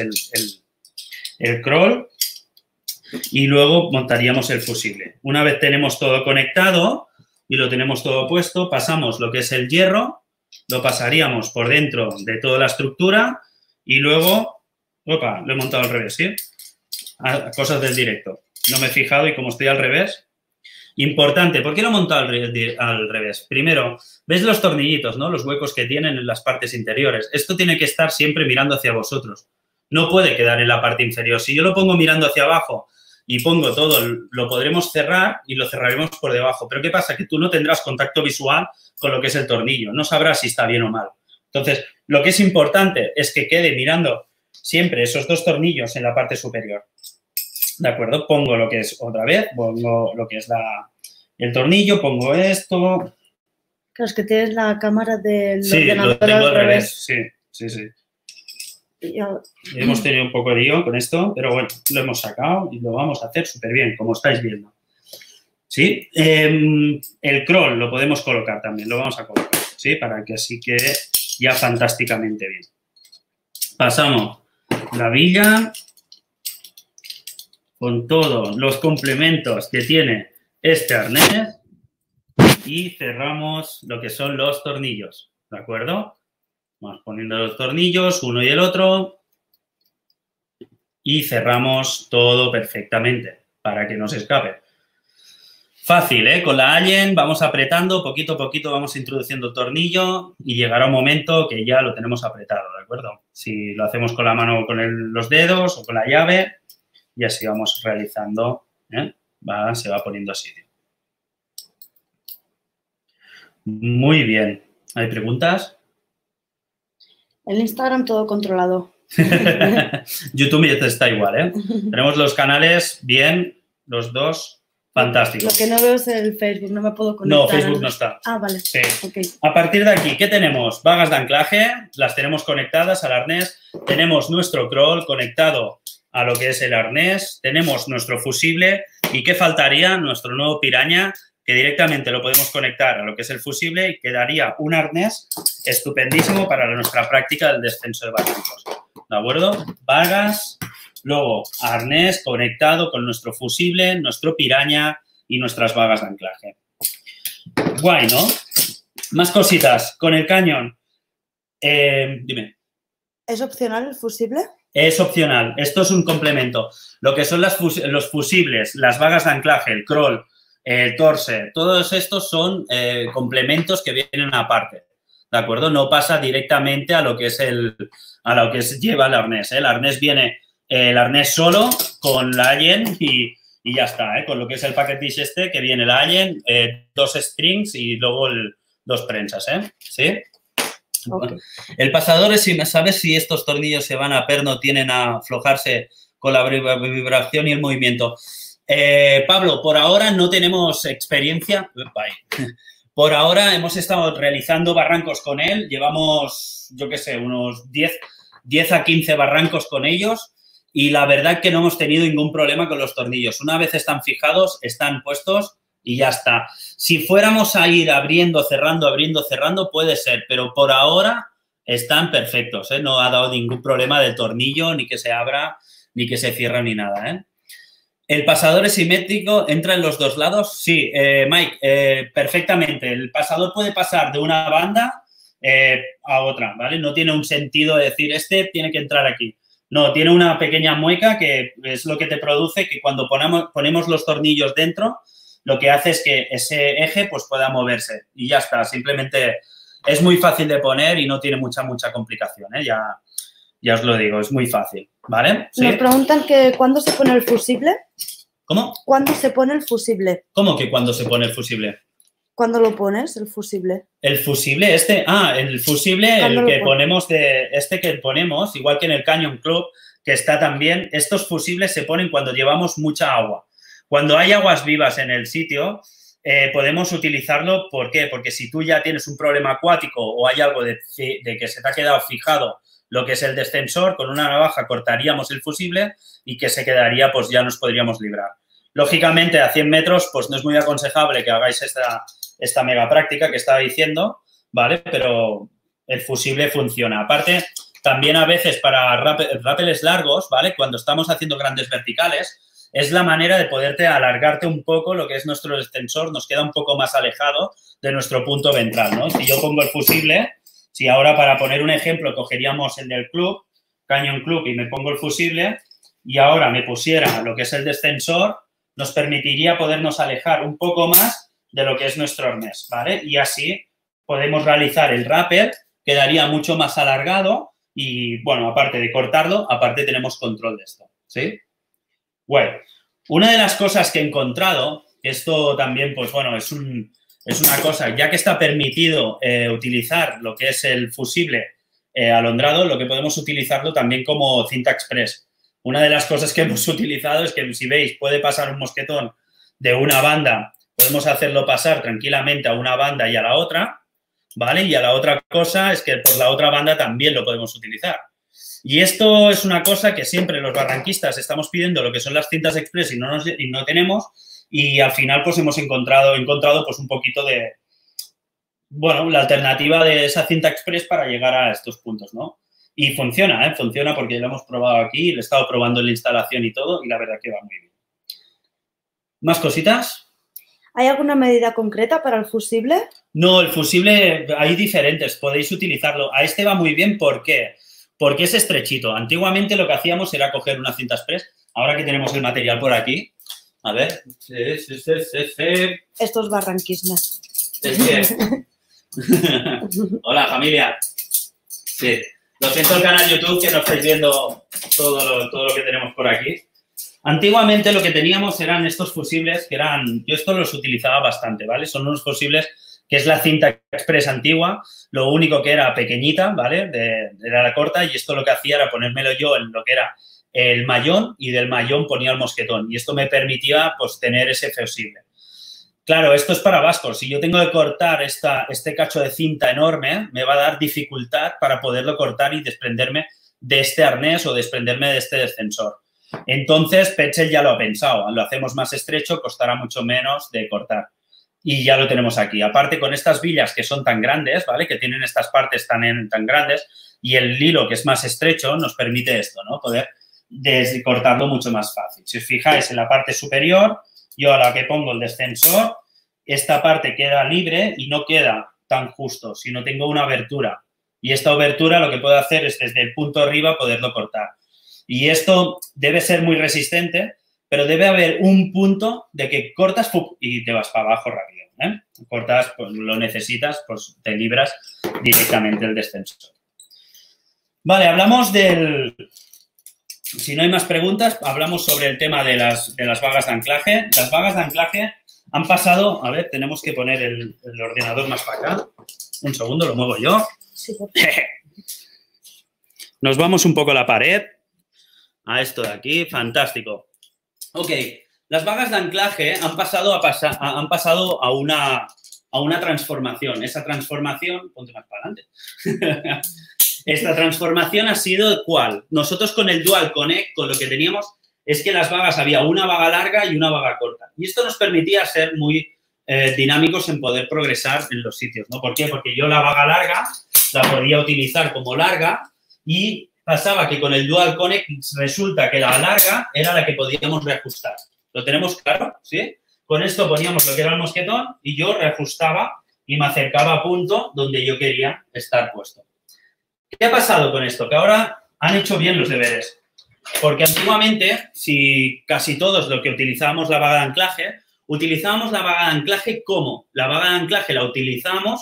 el crawl y luego montaríamos el fusible. Una vez tenemos todo conectado y lo tenemos todo puesto, pasamos lo que es el hierro, lo pasaríamos por dentro de toda la estructura y luego, opa, lo he montado al revés, ¿sí? Cosas del directo. No me he fijado y como estoy al revés. Importante, ¿por qué lo he montado al revés? Primero, ¿ves los tornillitos, no? Los huecos que tienen en las partes interiores. Esto tiene que estar siempre mirando hacia vosotros. No puede quedar en la parte inferior. Si yo lo pongo mirando hacia abajo y pongo todo, lo podremos cerrar y lo cerraremos por debajo. Pero ¿qué pasa? Que tú no tendrás contacto visual con lo que es el tornillo. No sabrás si está bien o mal. Entonces, lo que es importante es que quede mirando siempre esos 2 tornillos en la parte superior. ¿De acuerdo? Pongo lo que es otra vez, pongo lo que es el tornillo, pongo esto. Claro, es que tienes la cámara del sí, ordenador lo tengo al revés. Sí. Yo... Hemos tenido un poco de lío con esto, pero bueno, lo hemos sacado y lo vamos a hacer súper bien, como estáis viendo. ¿Sí? El crawl lo podemos colocar también, lo vamos a colocar, ¿sí? Para que así quede ya fantásticamente bien. Pasamos la villa con todos los complementos que tiene este arnés y cerramos lo que son los tornillos, ¿de acuerdo? Vamos poniendo los tornillos, uno y el otro y cerramos todo perfectamente para que no se escape. Fácil, ¿eh? Con la Allen vamos apretando, poquito a poquito vamos introduciendo el tornillo y llegará un momento que ya lo tenemos apretado, ¿de acuerdo? Si lo hacemos con la mano, con los dedos o con la llave, y así vamos realizando, ¿eh? Se va poniendo a sitio. Muy bien. ¿Hay preguntas? El Instagram todo controlado. YouTube ya está igual, ¿eh? Tenemos los canales bien, los 2, fantásticos. Lo que no veo es el Facebook, no me puedo conectar. No, Facebook no está. Ah, vale. Sí. Okay. A partir de aquí, ¿qué tenemos? Vagas de anclaje, las tenemos conectadas al arnés. Tenemos nuestro crawl conectado a lo que es el arnés. Tenemos nuestro fusible. ¿Y qué faltaría? Nuestro nuevo Piraña, que directamente lo podemos conectar a lo que es el fusible y quedaría un arnés estupendísimo para nuestra práctica del descenso de barrancos. ¿De acuerdo? Vagas, luego arnés conectado con nuestro fusible, nuestro Piraña y nuestras vagas de anclaje. Guay, ¿no? Más cositas. Con el cañón. Dime. ¿Es opcional el fusible? Es opcional. Esto es un complemento. Lo que son los fusibles, las vagas de anclaje, el crawl, el torse, todos estos son complementos que vienen aparte. ¿De acuerdo? No pasa directamente a lo que es lleva el arnés. El arnés viene el arnés solo con la Allen y ya está, ¿eh? Con lo que es el package este que viene la Allen, 2 strings y luego 2 prensas, ¿eh? ¿Sí? Okay. El pasador es si sabes si estos tornillos se van a perno, tienen a aflojarse con la vibración y el movimiento. Pablo, por ahora no tenemos experiencia. Por ahora hemos estado realizando barrancos con él. Llevamos, yo qué sé, unos 10 a 15 barrancos con ellos y la verdad que no hemos tenido ningún problema con los tornillos. Una vez están fijados, están puestos y ya está. Si fuéramos a ir abriendo, cerrando, puede ser, pero por ahora están perfectos, ¿eh? No ha dado ningún problema de tornillo, ni que se abra, ni que se cierra, ni nada, ¿eh? ¿El pasador es simétrico? ¿Entra en los 2 lados? Sí, Mike, perfectamente. El pasador puede pasar de una banda a otra, ¿vale? No tiene un sentido de decir, este tiene que entrar aquí. No, tiene una pequeña mueca que es lo que te produce que cuando ponemos los tornillos dentro, lo que hace es que ese eje pues pueda moverse y ya está. Simplemente es muy fácil de poner y no tiene mucha complicación, ¿eh? Ya Ya os lo digo, es muy fácil, ¿vale? ¿Sí? Nos preguntan que ¿cuándo se pone el fusible? ¿Cómo? ¿Cuándo se pone el fusible? ¿Cómo que cuando se pone el fusible? ¿Cuándo lo pones, el fusible? El fusible el fusible, el que ponemos que ponemos, igual que en el Canyon Club, que está también, estos fusibles se ponen cuando llevamos mucha agua. Cuando hay aguas vivas en el sitio, podemos utilizarlo, ¿por qué? Porque si tú ya tienes un problema acuático o hay algo de que se te ha quedado fijado lo que es el descensor, con una navaja cortaríamos el fusible y que se quedaría, pues ya nos podríamos librar. Lógicamente, a 100 metros, pues no es muy aconsejable que hagáis esta mega práctica que estaba diciendo, ¿vale? Pero el fusible funciona. Aparte, también a veces para rappels largos, ¿vale? Cuando estamos haciendo grandes verticales, es la manera de poderte alargarte un poco lo que es nuestro descensor, nos queda un poco más alejado de nuestro punto ventral, ¿no? Si yo pongo el fusible, si ahora para poner un ejemplo cogeríamos el del club, Canyon Club, y me pongo el fusible y ahora me pusiera lo que es el descensor, nos permitiría podernos alejar un poco más de lo que es nuestro arnés, ¿vale? Y así podemos realizar el rappel, quedaría mucho más alargado y, bueno, aparte de cortarlo, aparte tenemos control de esto, ¿sí? Bueno, una de las cosas que he encontrado, esto también, pues bueno, es una cosa, ya que está permitido utilizar lo que es el fusible alondrado, lo que podemos utilizarlo también como cinta express. Una de las cosas que hemos utilizado es que, si veis, puede pasar un mosquetón de una banda, podemos hacerlo pasar tranquilamente a una banda y a la otra, ¿vale? Y a la otra cosa es que por la otra banda también lo podemos utilizar. Y esto es una cosa que siempre los barranquistas estamos pidiendo lo que son las cintas express y no tenemos, y al final pues hemos encontrado pues un poquito de, bueno, la alternativa de esa cinta express para llegar a estos puntos, ¿no? Y funciona, ¿eh? Funciona porque lo hemos probado aquí, lo he estado probando en la instalación y todo, y la verdad que va muy bien. ¿Más cositas? ¿Hay alguna medida concreta para el fusible? No, el fusible hay diferentes, podéis utilizarlo. A este va muy bien, ¿por qué? Porque es estrechito. Antiguamente lo que hacíamos era coger una cinta express. Ahora que tenemos el material por aquí, a ver. Esto es barranquismo. Hola, familia. Sí. Lo siento el canal YouTube que no estáis viendo todo lo que tenemos por aquí. Antiguamente lo que teníamos eran estos fusibles que eran... Yo estos los utilizaba bastante, ¿vale? Son unos fusibles que es la cinta express antigua, lo único que era pequeñita, ¿vale? Era la corta, y esto lo que hacía era ponérmelo yo en lo que era el mayón, y del mayón ponía el mosquetón, y esto me permitía, pues, tener ese fusible. Claro, esto es para vascos. Si yo tengo que cortar este cacho de cinta enorme, me va a dar dificultad para poderlo cortar y desprenderme de este arnés o desprenderme de este descensor. Entonces, Petzl ya lo ha pensado. Lo hacemos más estrecho, costará mucho menos de cortar. Y ya lo tenemos aquí. Aparte, con estas billas que son tan grandes, ¿vale? Que tienen estas partes tan grandes, y el hilo que es más estrecho nos permite esto, ¿no? Poder cortarlo mucho más fácil. Si os fijáis en la parte superior, yo a la que pongo el descensor, esta parte queda libre y no queda tan justo, sino tengo una abertura. Y esta abertura lo que puedo hacer es desde el punto arriba poderlo cortar. Y esto debe ser muy resistente, pero debe haber un punto de que cortas y te vas para abajo rápido, ¿eh? Cortas, pues lo necesitas, pues te libras directamente del descensor. Vale, hablamos del... Si no hay más preguntas, hablamos sobre el tema de las vagas de anclaje. Las vagas de anclaje han pasado... A ver, tenemos que poner el ordenador más para acá. Un segundo, lo muevo yo. Sí. Nos vamos un poco a la pared. A esto de aquí. Fantástico. Ok, las vagas de anclaje han pasado a una transformación. Esa transformación... Ponte más para adelante. Esta transformación ha sido ¿cuál? Nosotros con el Dual Connect, con lo que teníamos, es que las vagas había una vaga larga y una vaga corta. Y esto nos permitía ser muy dinámicos en poder progresar en los sitios, ¿no? ¿Por qué? Porque yo la vaga larga la podía utilizar como larga, y pasaba que con el Dual Connect resulta que la larga era la que podíamos reajustar. ¿Lo tenemos claro? ¿Sí? Con esto poníamos lo que era el mosquetón y yo reajustaba y me acercaba a punto donde yo quería estar puesto. ¿Qué ha pasado con esto? Que ahora han hecho bien los deberes. Porque antiguamente, si casi todos lo que utilizábamos la vaga de anclaje, utilizábamos la vaga de anclaje ¿cómo? La vaga de anclaje la utilizábamos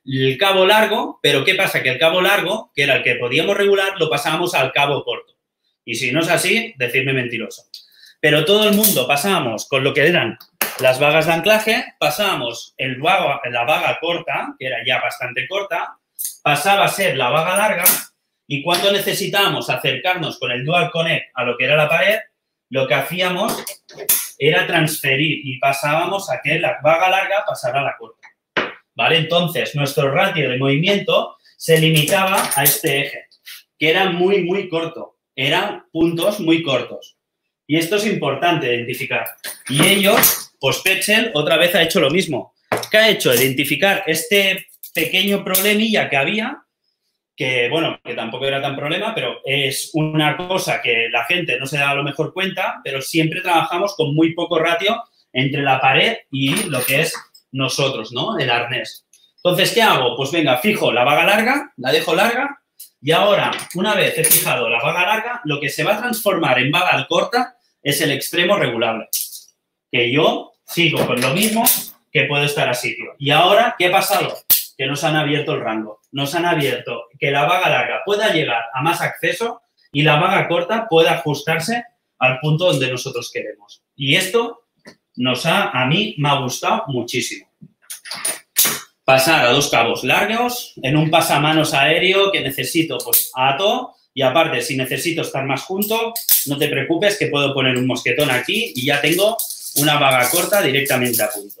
el cabo largo, pero ¿qué pasa? Que el cabo largo, que era el que podíamos regular, lo pasábamos al cabo corto. Y si no es así, decidme mentiroso. Pero todo el mundo pasábamos con lo que eran las vagas de anclaje, pasábamos la vaga corta, que era ya bastante corta, pasaba a ser la vaga larga, y cuando necesitábamos acercarnos con el Dual Connect a lo que era la pared, lo que hacíamos era transferir y pasábamos a que la vaga larga pasara a la corta. ¿Vale? Entonces, nuestro ratio de movimiento se limitaba a este eje, que era muy, muy corto. Eran puntos muy cortos. Y esto es importante identificar. Y ellos, pues Petzl otra vez ha hecho lo mismo. ¿Qué ha hecho? Identificar este pequeño problemilla que había, que, bueno, que tampoco era tan problema, pero es una cosa que la gente no se da a lo mejor cuenta, pero siempre trabajamos con muy poco ratio entre la pared y lo que es nosotros, ¿no? El arnés. Entonces, ¿qué hago? Pues venga, fijo la vaga larga, la dejo larga, y ahora, una vez he fijado la vaga larga, lo que se va a transformar en vaga corta es el extremo regulable. Que yo sigo con lo mismo, que puedo estar así, tío. Y ahora, ¿qué ha pasado? Que nos han abierto el rango. Nos han abierto que la vaga larga pueda llegar a más acceso y la vaga corta pueda ajustarse al punto donde nosotros queremos. Y esto a mí me ha gustado muchísimo. Pasar a 2 cabos largos en un pasamanos aéreo que necesito, pues ato, y aparte, si necesito estar más junto, no te preocupes que puedo poner un mosquetón aquí y ya tengo una vaga corta directamente a punto.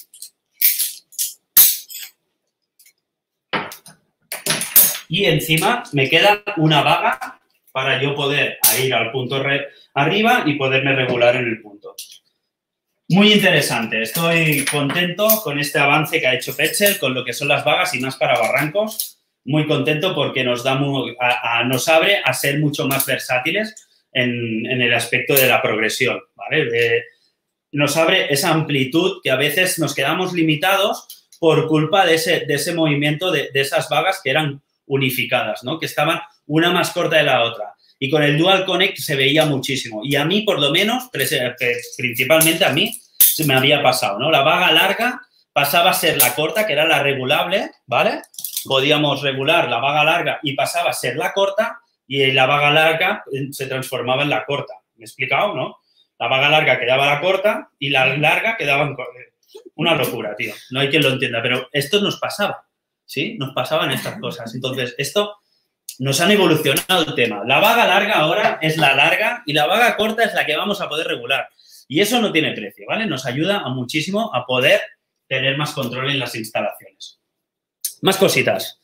Y encima me queda una vaga para yo poder ir al punto arriba y poderme regular en el punto. Muy interesante. Estoy contento con este avance que ha hecho Petzl con lo que son las vagas y más para barrancos. Muy contento porque nos abre a ser mucho más versátiles en el aspecto de la progresión, ¿vale? Nos abre esa amplitud que a veces nos quedamos limitados por culpa de ese movimiento de esas vagas que eran unificadas, ¿no? Que estaban una más corta de la otra. Y con el Dual Connect se veía muchísimo. Y a mí, por lo menos, principalmente a mí, se me había pasado, ¿no? La vaga larga pasaba a ser la corta, que era la regulable, ¿vale? Podíamos regular la vaga larga y pasaba a ser la corta y la vaga larga se transformaba en la corta. ¿Me he explicado, no? La vaga larga quedaba la corta y la larga quedaba en corta. Una locura, tío. No hay quien lo entienda, pero esto nos pasaba, ¿sí? Nos pasaban estas cosas. Entonces, esto nos han evolucionado el tema. La vaga larga ahora es la larga y la vaga corta es la que vamos a poder regular. Y eso no tiene precio, ¿vale? Nos ayuda muchísimo a poder tener más control en las instalaciones. Más cositas.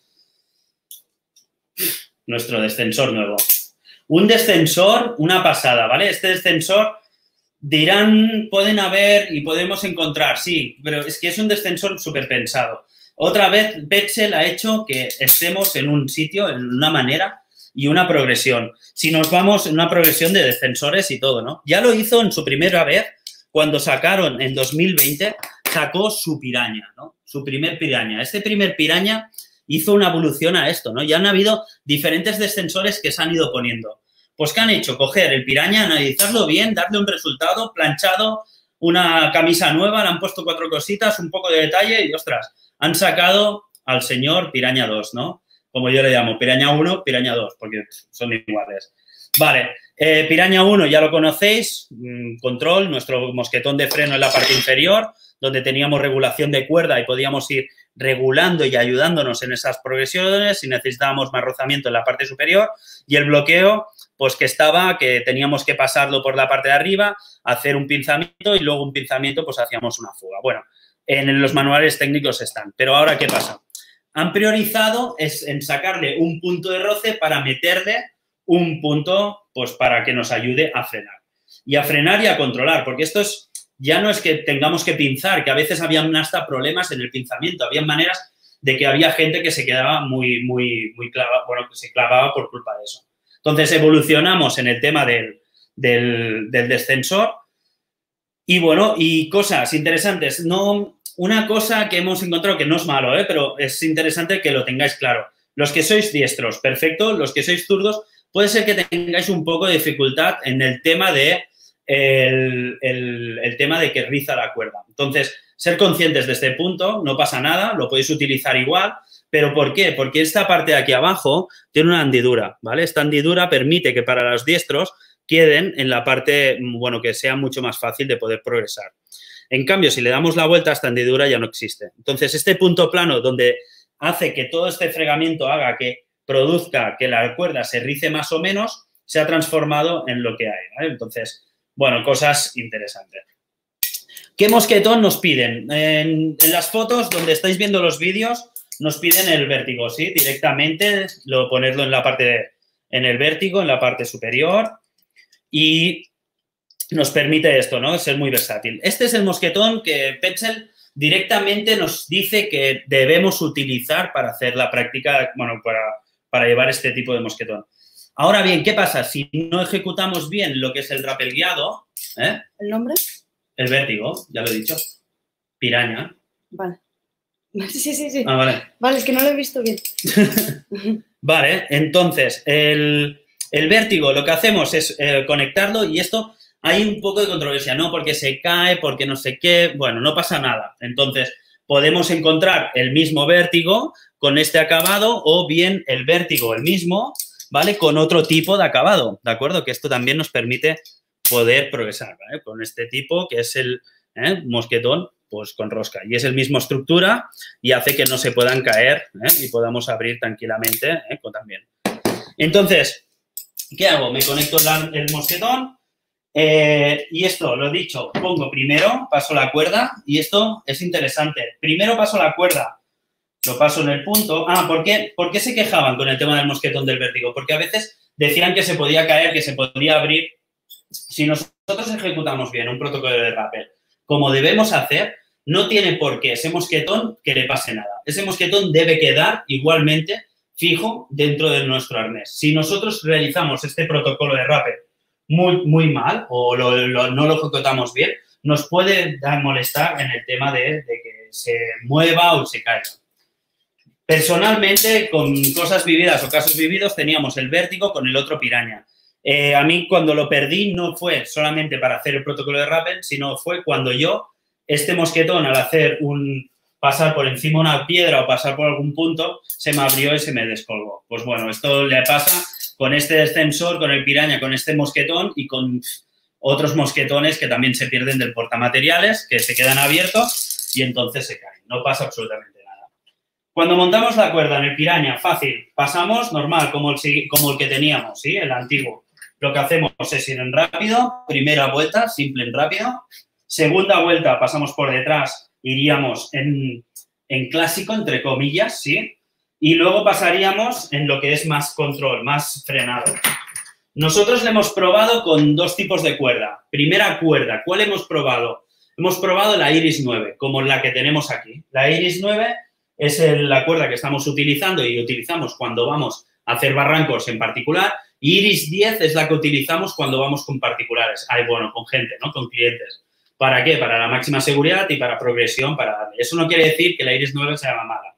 Nuestro descensor nuevo. Un descensor, una pasada, ¿vale? Este descensor dirán, pueden haber y podemos encontrar, sí, pero es que es un descensor súper pensado. Otra vez, Petzl ha hecho que estemos en un sitio, en una manera y una progresión. Si nos vamos en una progresión de descensores y todo, ¿no? Ya lo hizo en su primera vez, cuando sacaron en 2020, sacó su Piraña, ¿no? Su primer Piraña. Este primer Piraña hizo una evolución a esto, ¿no? Ya han habido diferentes descensores que se han ido poniendo. Pues, ¿qué han hecho? Coger el Piraña, analizarlo bien, darle un resultado, planchado, una camisa nueva, le han puesto 4 cositas, un poco de detalle y, ostras, han sacado al señor Piraña 2, ¿no? Como yo le llamo, Piraña 1, Piraña 2, porque son iguales. Vale, Piraña 1 ya lo conocéis, control, nuestro mosquetón de freno en la parte inferior, donde teníamos regulación de cuerda y podíamos ir regulando y ayudándonos en esas progresiones si necesitábamos más rozamiento en la parte superior. Y el bloqueo, pues que teníamos que pasarlo por la parte de arriba, hacer un pinzamiento y luego un pinzamiento, pues hacíamos una fuga. Bueno, en los manuales técnicos están. Pero ahora, ¿qué pasa? Han priorizado en sacarle un punto de roce para meterle un punto, pues para que nos ayude a frenar. Y a frenar y a controlar, porque esto ya no es que tengamos que pinzar, que a veces habían hasta problemas en el pinzamiento. Habían maneras de que había gente que se quedaba muy clavada, bueno, que se clavaba por culpa de eso. Entonces, evolucionamos en el tema del descensor y, bueno, y cosas interesantes. Una cosa que hemos encontrado que no es malo, pero es interesante que lo tengáis claro. Los que sois diestros, perfecto. Los que sois zurdos, puede ser que tengáis un poco de dificultad en el tema de el tema de que riza la cuerda. Entonces, ser conscientes de este punto, no pasa nada, lo podéis utilizar igual, pero ¿por qué? Porque esta parte de aquí abajo tiene una hendidura, ¿vale? Esta hendidura permite que para los diestros queden en la parte, bueno, que sea mucho más fácil de poder progresar. En cambio, si le damos la vuelta, esta hendidura ya no existe. Entonces, este punto plano donde hace que todo este fregamiento haga que produzca que la cuerda se rice más o menos, se ha transformado en lo que hay, ¿vale? Entonces, bueno, cosas interesantes. ¿Qué mosquetón nos piden? En las fotos donde estáis viendo los vídeos, nos piden el vértigo, ¿sí? Directamente, ponerlo en la parte, en el vértigo, en la parte superior, y nos permite esto, ¿no? Ser muy versátil. Este es el mosquetón que Petzl directamente nos dice que debemos utilizar para hacer la práctica, bueno, para llevar este tipo de mosquetón. Ahora bien, ¿qué pasa? Si no ejecutamos bien lo que es el rappel guiado, ¿eh? ¿El nombre? El vértigo, ya lo he dicho. Piraña. Vale. Sí. Ah, vale. Vale, es que no lo he visto bien. Vale, entonces, el vértigo lo que hacemos es conectarlo y esto hay un poco de controversia, ¿no? Porque se cae, porque no sé qué, bueno, no pasa nada. Entonces, podemos encontrar el mismo vértigo con este acabado o bien el vértigo el mismo, ¿vale? Con otro tipo de acabado, ¿de acuerdo? Que esto también nos permite poder progresar, ¿vale? Con este tipo que es el mosquetón, pues con rosca. Y es el mismo estructura y hace que no se puedan caer y podamos abrir tranquilamente también. Entonces, ¿qué hago? Me conecto el mosquetón y esto, lo he dicho, pongo primero, paso la cuerda y esto es interesante. Primero paso la cuerda, lo paso en el punto. Ah, ¿por qué se quejaban con el tema del mosquetón del vértigo? Porque a veces decían que se podía caer, que se podía abrir. Si nosotros ejecutamos bien un protocolo de rappel como debemos hacer, no tiene por qué ese mosquetón que le pase nada. Ese mosquetón debe quedar igualmente fijo dentro de nuestro arnés. Si nosotros realizamos este protocolo de rappel muy mal o no lo ejecutamos bien, nos puede molestar en el tema de que se mueva o se caiga. Personalmente, con cosas vividas o casos vividos, teníamos el vértigo con el otro piraña. A mí, cuando lo perdí, no fue solamente para hacer el protocolo de rappel, sino fue cuando este mosquetón, al hacer pasar por encima una piedra o pasar por algún punto, se me abrió y se me descolgó. Pues bueno, esto le pasa con este descensor, con el piraña, con este mosquetón y con otros mosquetones que también se pierden del portamateriales, que se quedan abiertos y entonces se caen. No pasa absolutamente nada. Cuando montamos la cuerda en el piraña, fácil, pasamos normal, como el que teníamos, ¿sí? El antiguo. Lo que hacemos es ir en rápido, primera vuelta, simple en rápido. Segunda vuelta, pasamos por detrás, iríamos en clásico, entre comillas, ¿sí? Y luego pasaríamos en lo que es más control, más frenado. Nosotros le hemos probado con dos tipos de cuerda. Primera cuerda, ¿cuál hemos probado? Hemos probado la Iris 9, como la que tenemos aquí. La Iris 9 es la cuerda que estamos utilizando y utilizamos cuando vamos a hacer barrancos en particular. Y Iris 10 es la que utilizamos cuando vamos con particulares. Bueno, con gente, ¿no? Con clientes. ¿Para qué? Para la máxima seguridad y para progresión. Eso no quiere decir que la Iris 9 sea mala.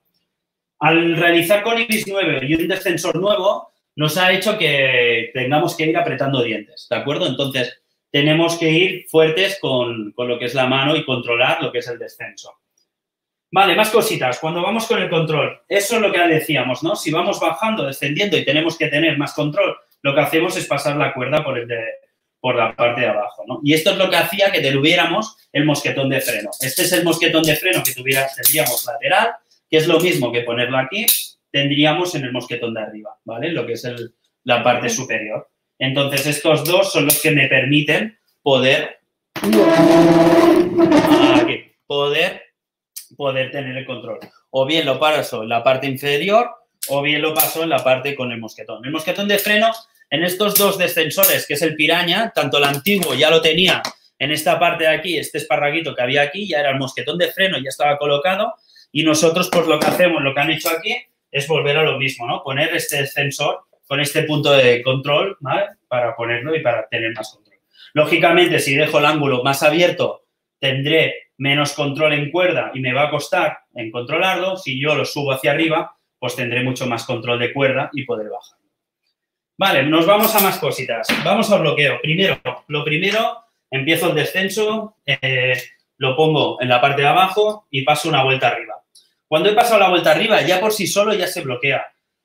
Al realizar con Iris 9 y un descensor nuevo, nos ha hecho que tengamos que ir apretando dientes, ¿de acuerdo? Entonces, tenemos que ir fuertes con lo que es la mano y controlar lo que es el descenso. Vale, más cositas. Cuando vamos con el control, eso es lo que decíamos, ¿no? Si vamos bajando, descendiendo y tenemos que tener más control, lo que hacemos es pasar la cuerda por la parte de abajo, ¿no? Y esto es lo que hacía que tuviéramos el mosquetón de freno. Este es el mosquetón de freno que tendríamos lateral, que es lo mismo que ponerlo aquí, tendríamos en el mosquetón de arriba, ¿vale? Lo que es la parte superior. Entonces, estos dos son los que me permiten poder tener el control. O bien lo paso en la parte inferior o bien lo paso en la parte con el mosquetón. El mosquetón de freno, en estos dos descensores, que es el piraña, tanto el antiguo ya lo tenía en esta parte de aquí, este esparraguito que había aquí, ya era el mosquetón de freno, ya estaba colocado. Y nosotros, pues lo que hacemos, lo que han hecho aquí, es volver a lo mismo, ¿no? Poner este descensor con este punto de control, ¿vale? Para ponerlo y para tener más control. Lógicamente, si dejo el ángulo más abierto, tendré menos control en cuerda y me va a costar en controlarlo. Si yo lo subo hacia arriba, pues tendré mucho más control de cuerda y poder bajar. Vale, nos vamos a más cositas. Vamos al bloqueo. Lo primero, empiezo el descenso, lo pongo en la parte de abajo y paso una vuelta arriba. Cuando he pasado la vuelta arriba, ya por sí solo ya se bloquea.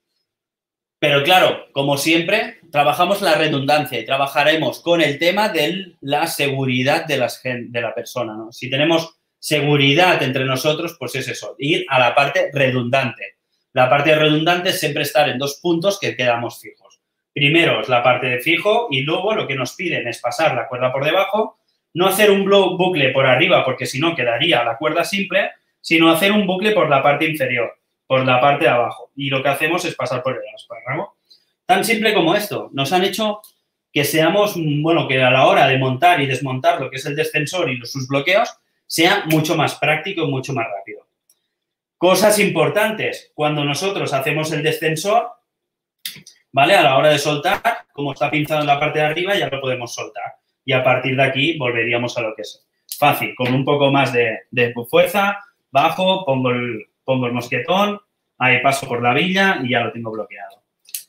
Pero claro, como siempre, trabajamos la redundancia y trabajaremos con el tema de la seguridad de la persona, ¿no? Si tenemos seguridad entre nosotros, pues es eso, ir a la parte redundante. La parte redundante es siempre estar en dos puntos que quedamos fijos. Primero es la parte de fijo y luego lo que nos piden es pasar la cuerda por debajo, no hacer un bucle por arriba porque si no quedaría la cuerda simple, sino hacer un bucle por la parte inferior, por la parte de abajo. Y lo que hacemos es pasar por el espárrago. Tan simple como esto. Nos han hecho que seamos, bueno, que a la hora de montar y desmontar lo que es el descensor y sus bloqueos, sea mucho más práctico y mucho más rápido. Cosas importantes. Cuando nosotros hacemos el descensor, ¿vale? A la hora de soltar, como está pinzado en la parte de arriba, ya lo podemos soltar. Y a partir de aquí volveríamos a lo que es fácil. Con un poco más de fuerza, bajo, pongo el mosquetón, ahí paso por la villa y ya lo tengo bloqueado.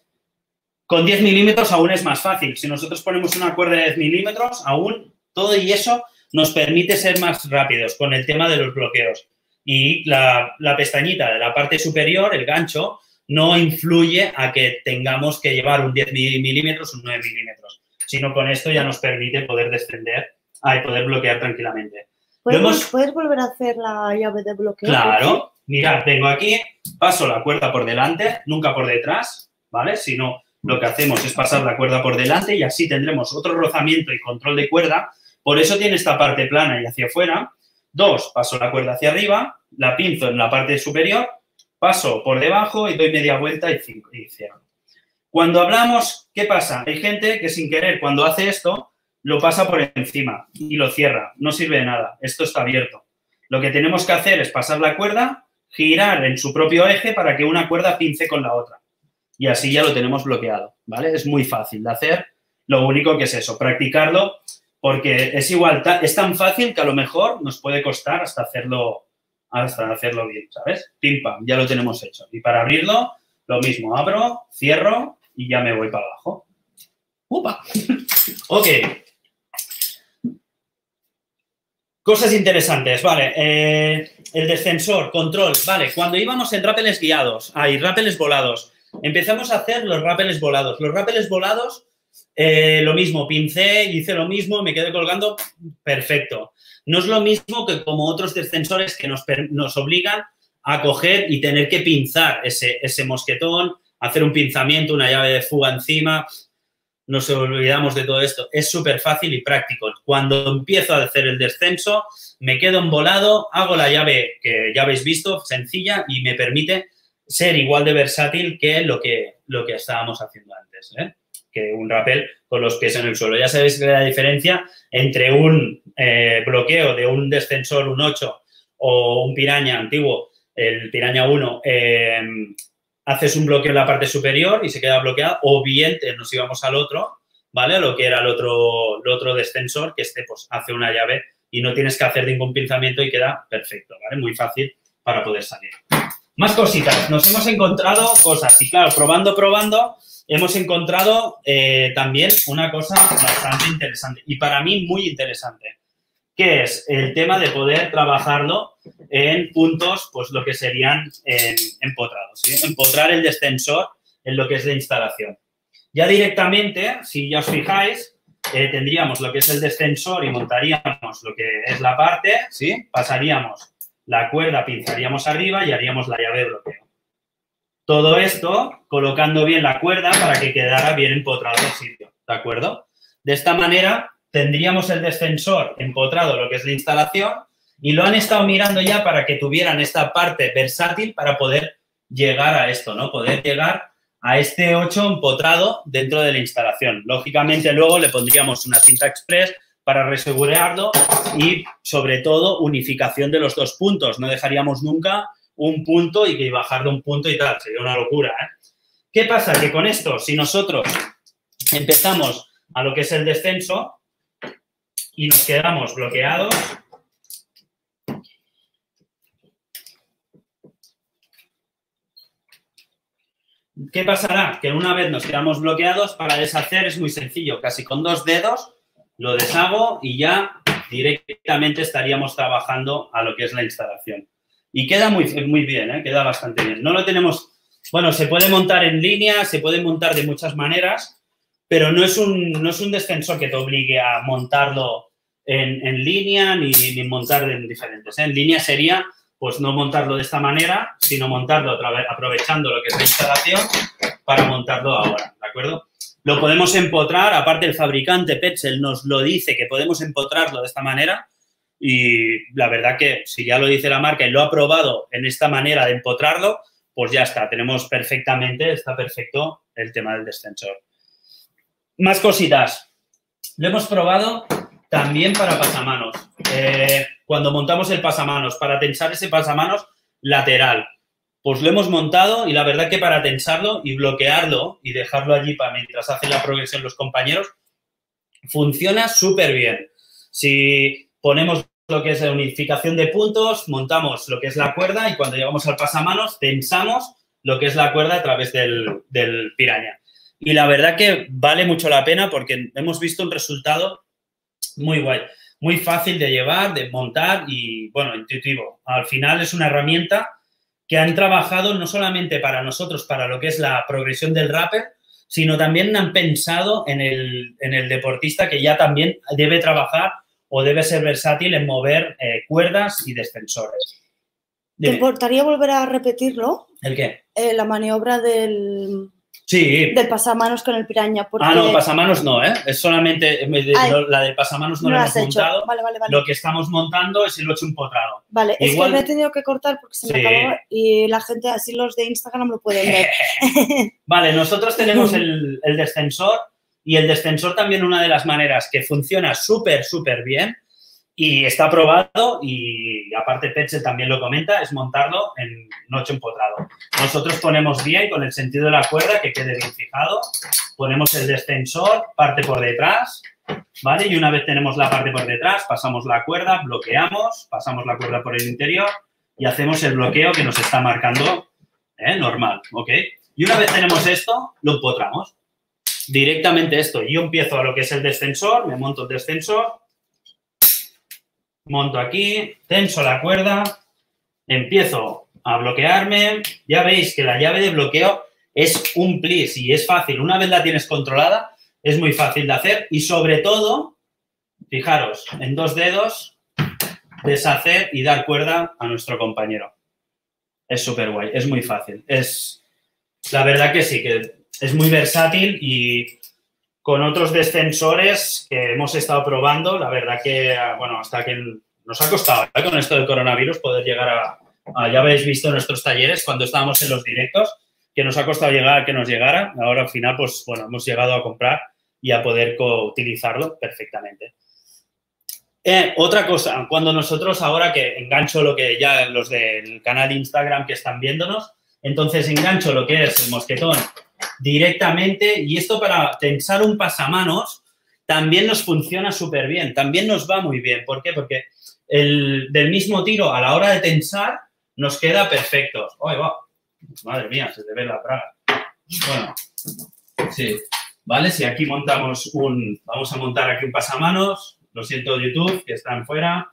Con 10 milímetros aún es más fácil. Si nosotros ponemos una cuerda de 10 milímetros, aún todo y eso nos permite ser más rápidos con el tema de los bloqueos. Y la pestañita de la parte superior, el gancho, no influye a que tengamos que llevar un 10 milímetros o un 9 milímetros, sino con esto ya nos permite poder descender y poder bloquear tranquilamente. ¿Puedes volver a hacer la llave de bloqueo? Claro. Mirad, vengo aquí, paso la cuerda por delante, nunca por detrás, ¿vale? Sino lo que hacemos es pasar la cuerda por delante y así tendremos otro rozamiento y control de cuerda. Por eso tiene esta parte plana y hacia afuera. 2, paso la cuerda hacia arriba, la pinzo en la parte superior, paso por debajo y doy media vuelta y cierro. Cuando hablamos, ¿qué pasa? Hay gente que sin querer, cuando hace esto, lo pasa por encima y lo cierra. No sirve de nada. Esto está abierto. Lo que tenemos que hacer es pasar la cuerda, girar en su propio eje para que una cuerda pince con la otra. Y así ya lo tenemos bloqueado, ¿vale? Es muy fácil de hacer. Lo único que es eso, practicarlo, porque es igual, es tan fácil que a lo mejor nos puede costar hasta hacerlo bien, ¿sabes? Pim, pam, ya lo tenemos hecho. Y para abrirlo, lo mismo, abro, cierro y ya me voy para abajo. ¡Upa! Ok. Cosas interesantes, vale. El descensor, control, vale. Cuando íbamos en rápeles guiados, rápeles volados, empezamos a hacer los rápeles volados. Los rápeles volados, lo mismo, pincé, hice lo mismo, me quedé colgando, perfecto. No es lo mismo que como otros descensores que nos obligan a coger y tener que pinzar ese mosquetón, hacer un pinzamiento, una llave de fuga encima. Nos olvidamos de todo esto. Es súper fácil y práctico. Cuando empiezo a hacer el descenso, me quedo embolado, hago la llave que ya habéis visto, sencilla, y me permite ser igual de versátil que lo que estábamos haciendo antes, ¿eh? Que un rappel con los pies en el suelo. Ya sabéis que la diferencia entre un bloqueo de un descensor, un 8, o un Piraña antiguo, el Piraña 1, haces un bloqueo en la parte superior y se queda bloqueado, o bien nos íbamos al otro, ¿vale? Lo que era el otro descensor, que pues hace una llave y no tienes que hacer ningún pinzamiento y queda perfecto, ¿vale? Muy fácil para poder salir. Más cositas. Nos hemos encontrado cosas y, claro, probando, hemos encontrado también una cosa bastante interesante y para mí muy interesante, que es el tema de poder trabajarlo en puntos, pues lo que serían empotrados, ¿sí? Empotrar el descensor en lo que es de instalación. Ya directamente, si ya os fijáis, tendríamos lo que es el descensor y montaríamos lo que es la parte, ¿sí? Pasaríamos la cuerda, pinzaríamos arriba y haríamos la llave de bloqueo. Todo esto colocando bien la cuerda para que quedara bien empotrado el sitio, ¿de acuerdo? De esta manera tendríamos el descensor empotrado, lo que es la instalación, y lo han estado mirando ya para que tuvieran esta parte versátil para poder llegar a esto, ¿no? Poder llegar a este 8 empotrado dentro de la instalación. Lógicamente, luego le pondríamos una cinta express para resegurarlo y, sobre todo, unificación de los dos puntos. No dejaríamos nunca un punto y que bajar de un punto y tal. Sería una locura, ¿eh? ¿Qué pasa? Que con esto, si nosotros empezamos a lo que es el descenso y nos quedamos bloqueados, ¿qué pasará? Que una vez nos quedamos bloqueados, para deshacer es muy sencillo. Casi con 2 dedos lo deshago y ya directamente estaríamos trabajando a lo que es la instalación. Y queda muy bien, ¿eh? Queda bastante bien. No lo tenemos... Bueno, se puede montar en línea, se puede montar de muchas maneras, pero no es un descensor que te obligue a montarlo en línea ni montar en diferentes. En línea sería, pues, no montarlo de esta manera, sino montarlo aprovechando lo que es la instalación para montarlo ahora, ¿de acuerdo? Lo podemos empotrar, aparte el fabricante Petzl nos lo dice que podemos empotrarlo de esta manera y la verdad que si ya lo dice la marca y lo ha probado en esta manera de empotrarlo, pues ya está, tenemos perfectamente, está perfecto el tema del descensor. Más cositas. Lo hemos probado también para pasamanos. Cuando montamos el pasamanos, para tensar ese pasamanos lateral, pues lo hemos montado y la verdad que para tensarlo y bloquearlo y dejarlo allí para mientras hacen la progresión los compañeros, funciona súper bien. Si ponemos lo que es la unificación de puntos, montamos lo que es la cuerda y cuando llegamos al pasamanos tensamos lo que es la cuerda a través del piraña. Y la verdad que vale mucho la pena porque hemos visto un resultado muy guay, muy fácil de llevar, de montar y, bueno, intuitivo. Al final es una herramienta que han trabajado no solamente para nosotros, para lo que es la progresión del rapper, sino también han pensado en el deportista que ya también debe trabajar o debe ser versátil en mover cuerdas y descensores. ¿Te importaría volver a repetirlo? ¿El qué? La maniobra del pasamanos con el piraña. Porque... no, pasamanos no, ¿eh? Es solamente la del pasamanos no lo hemos montado. Vale. Lo que estamos montando es el 8 empotrado. Vale, igual... es que me he tenido que cortar porque se me acabó y la gente, así los de Instagram lo pueden ver. Vale, nosotros tenemos el descensor y el descensor también una de las maneras que funciona súper bien y está probado y aparte Petzl también lo comenta, es montarlo en 8 empotrado. Nosotros ponemos vía y con el sentido de la cuerda que quede bien fijado, ponemos el descensor, parte por detrás, ¿vale? Y una vez tenemos la parte por detrás, pasamos la cuerda, bloqueamos, pasamos la cuerda por el interior y hacemos el bloqueo que nos está marcando normal, ¿ok? Y una vez tenemos esto, lo empotramos. Directamente esto, yo empiezo a lo que es el descensor, me monto el descensor, monto aquí, tenso la cuerda, empiezo a bloquearme. Ya veis que la llave de bloqueo es un plis y es fácil. Una vez la tienes controlada, es muy fácil de hacer y sobre todo, fijaros, en 2 dedos, deshacer y dar cuerda a nuestro compañero. Es súper guay, es muy fácil. La verdad que sí, que es muy versátil y con otros descensores que hemos estado probando, la verdad que, bueno, hasta que nos ha costado con esto del coronavirus poder llegar a ya habéis visto en nuestros talleres cuando estábamos en los directos, que nos ha costado llegar que nos llegara. Ahora al final, pues bueno, hemos llegado a comprar y a poder utilizarlo perfectamente. Otra cosa, cuando nosotros ahora que engancho lo que ya los del canal de Instagram que están viéndonos, entonces engancho lo que es el mosquetón directamente y esto para tensar un pasamanos también nos funciona súper bien, también nos va muy bien. ¿Por qué? Porque del mismo tiro a la hora de tensar nos queda perfecto. ¡Ay, va! Madre mía, se te ve la praga. Bueno, sí. ¿Vale? Si aquí montamos vamos a montar aquí un pasamanos, lo siento YouTube, que están fuera.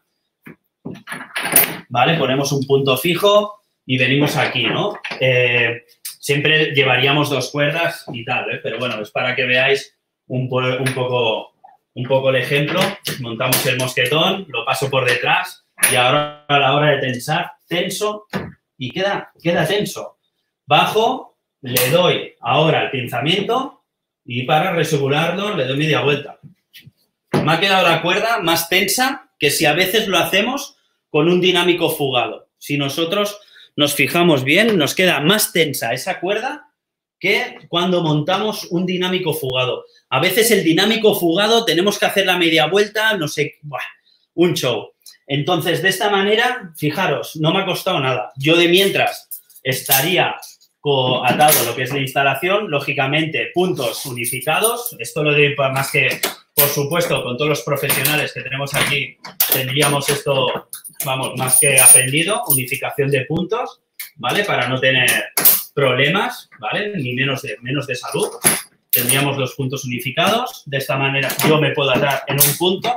¿Vale? Ponemos un punto fijo y venimos aquí, ¿no? Siempre llevaríamos 2 cuerdas y tal, ¿eh? Pero bueno, es para que veáis un poco el ejemplo. Montamos el mosquetón, lo paso por detrás y ahora a la hora de tensar, tenso y queda tenso. Bajo, le doy ahora el pinzamiento y para resegurarlo le doy media vuelta. Me ha quedado la cuerda más tensa que si a veces lo hacemos con un dinámico fugado. Si nosotros nos fijamos bien, nos queda más tensa esa cuerda que cuando montamos un dinámico fugado. A veces el dinámico fugado tenemos que hacer la media vuelta, no sé, un show. Entonces, de esta manera, fijaros, no me ha costado nada. Yo de mientras estaría atado a lo que es la instalación, lógicamente, puntos unificados. Esto lo doy más que, por supuesto, con todos los profesionales que tenemos aquí, tendríamos esto, vamos, más que aprendido, unificación de puntos, ¿vale? Para no tener problemas, ¿vale? Ni menos de salud. Tendríamos los puntos unificados. De esta manera yo me puedo atar en un punto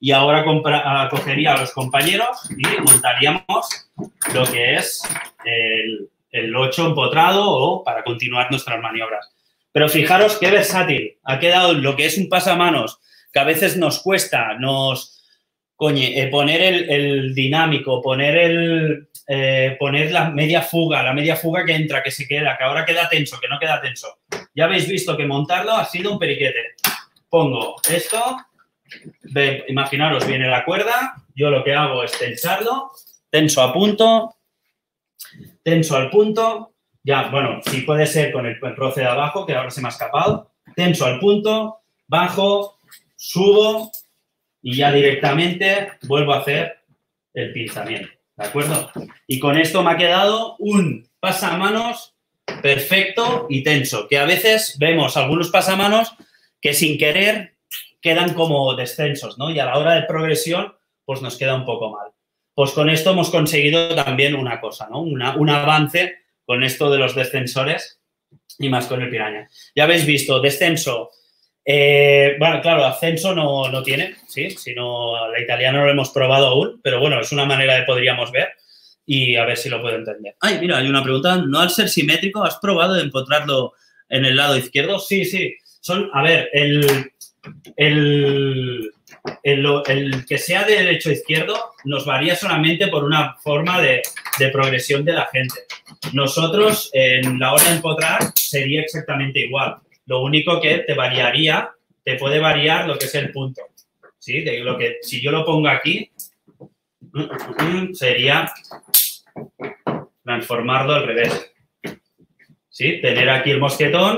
y ahora cogería a los compañeros y montaríamos lo que es el 8 empotrado o para continuar nuestras maniobras. Pero fijaros qué versátil. Ha quedado lo que es un pasamanos que a veces nos cuesta, poner el dinámico, poner la media fuga que entra, que se queda, que ahora queda tenso, que no queda tenso. Ya habéis visto que montarlo ha sido un periquete. Pongo esto, imaginaros, viene la cuerda, yo lo que hago es tensarlo, tenso a punto, tenso al punto, ya, bueno, si puede ser con el roce de abajo, que ahora se me ha escapado, tenso al punto, bajo, subo y ya directamente vuelvo a hacer el pinzamiento, ¿de acuerdo? Y con esto me ha quedado un pasamanos perfecto y tenso, que a veces vemos algunos pasamanos que sin querer quedan como descensos, ¿no? Y a la hora de progresión, pues nos queda un poco mal. Pues con esto hemos conseguido también una cosa, ¿no? Un avance con esto de los descensores y más con el Piranha. Ya habéis visto, descenso. Bueno, claro, ascenso no tiene, ¿sí? Sino la italiana no lo hemos probado aún, pero bueno, es una manera de podríamos ver y a ver si lo puedo entender. Ay, mira, hay una pregunta. ¿No al ser simétrico has probado de empotrarlo en el lado izquierdo? Sí, sí. A ver, el que sea de derecho a izquierdo nos varía solamente por una forma de progresión de la gente. Nosotros, en la hora de empotrar, sería exactamente igual. Lo único que te puede variar lo que es el punto. ¿Sí? Si yo lo pongo aquí, sería transformarlo al revés. ¿Sí? Tener aquí el mosquetón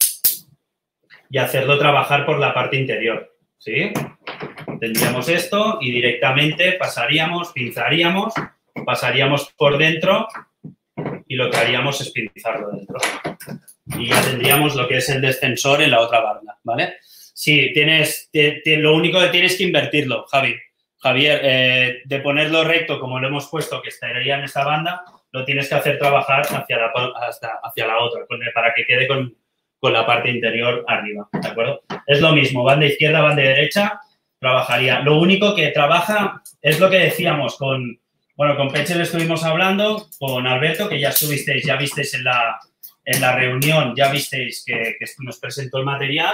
y hacerlo trabajar por la parte interior, ¿sí? Tendríamos esto y directamente pinzaríamos, pasaríamos por dentro y lo que haríamos es pinzarlo dentro. Y ya tendríamos lo que es el descensor en la otra banda, ¿vale? Sí, lo único que tienes que invertirlo, Javier, de ponerlo recto como lo hemos puesto, que estaría en esta banda, lo tienes que hacer trabajar hacia la otra, para que quede con la parte interior arriba, ¿de acuerdo? Es lo mismo, banda izquierda, banda derecha, trabajaría. Lo único que trabaja es lo que decíamos con Peche estuvimos hablando, con Alberto, que ya visteis en la reunión, ya visteis que nos presentó el material.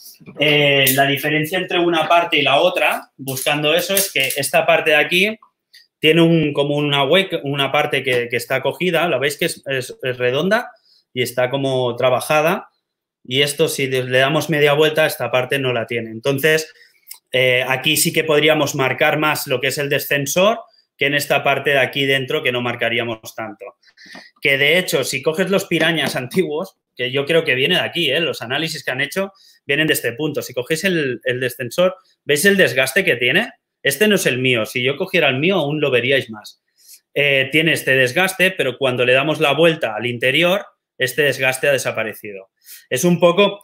La diferencia entre una parte y la otra, buscando eso, es que esta parte de aquí tiene como una parte que está cogida, ¿la veis que es redonda y está como trabajada? Y esto, si le damos media vuelta, esta parte no la tiene. Entonces, aquí sí que podríamos marcar más lo que es el descensor que en esta parte de aquí dentro, que no marcaríamos tanto. Que, de hecho, si coges los Piranhas antiguos, que yo creo que viene de aquí, los análisis que han hecho vienen de este punto. Si cogéis el descensor, ¿veis el desgaste que tiene? Este no es el mío. Si yo cogiera el mío, aún lo veríais más. Tiene este desgaste, pero cuando le damos la vuelta al interior, este desgaste ha desaparecido. Es un poco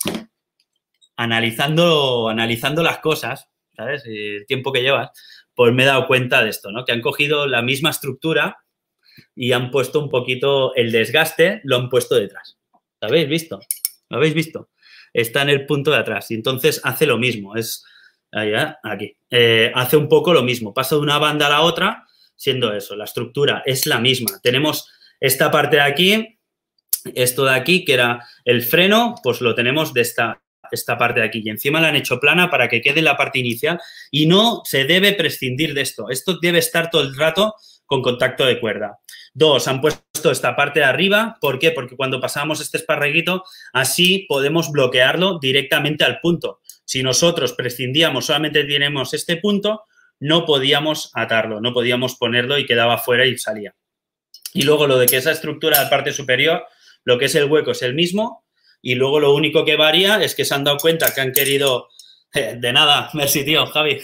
analizando las cosas, ¿sabes? El tiempo que llevas, pues me he dado cuenta de esto, ¿no? Que han cogido la misma estructura y han puesto un poquito el desgaste, lo han puesto detrás. ¿Lo habéis visto? ¿Lo habéis visto? Está en el punto de atrás y entonces hace lo mismo. Es aquí. Hace un poco lo mismo. Pasa de una banda a la otra, siendo eso. La estructura es la misma. Tenemos esta parte de aquí. Esto de aquí, que era el freno, pues lo tenemos de esta parte de aquí. Y encima la han hecho plana para que quede la parte inicial y no se debe prescindir de esto. Esto debe estar todo el rato con contacto de cuerda. 2, han puesto esta parte de arriba. ¿Por qué? Porque cuando pasamos este esparreguito, así podemos bloquearlo directamente al punto. Si nosotros prescindíamos, solamente tenemos este punto, no podíamos atarlo, no podíamos ponerlo y quedaba fuera y salía. Y luego lo de que esa estructura de la parte superior, lo que es el hueco es el mismo y luego lo único que varía es que se han dado cuenta que han querido... de nada, merci, tío, Javi.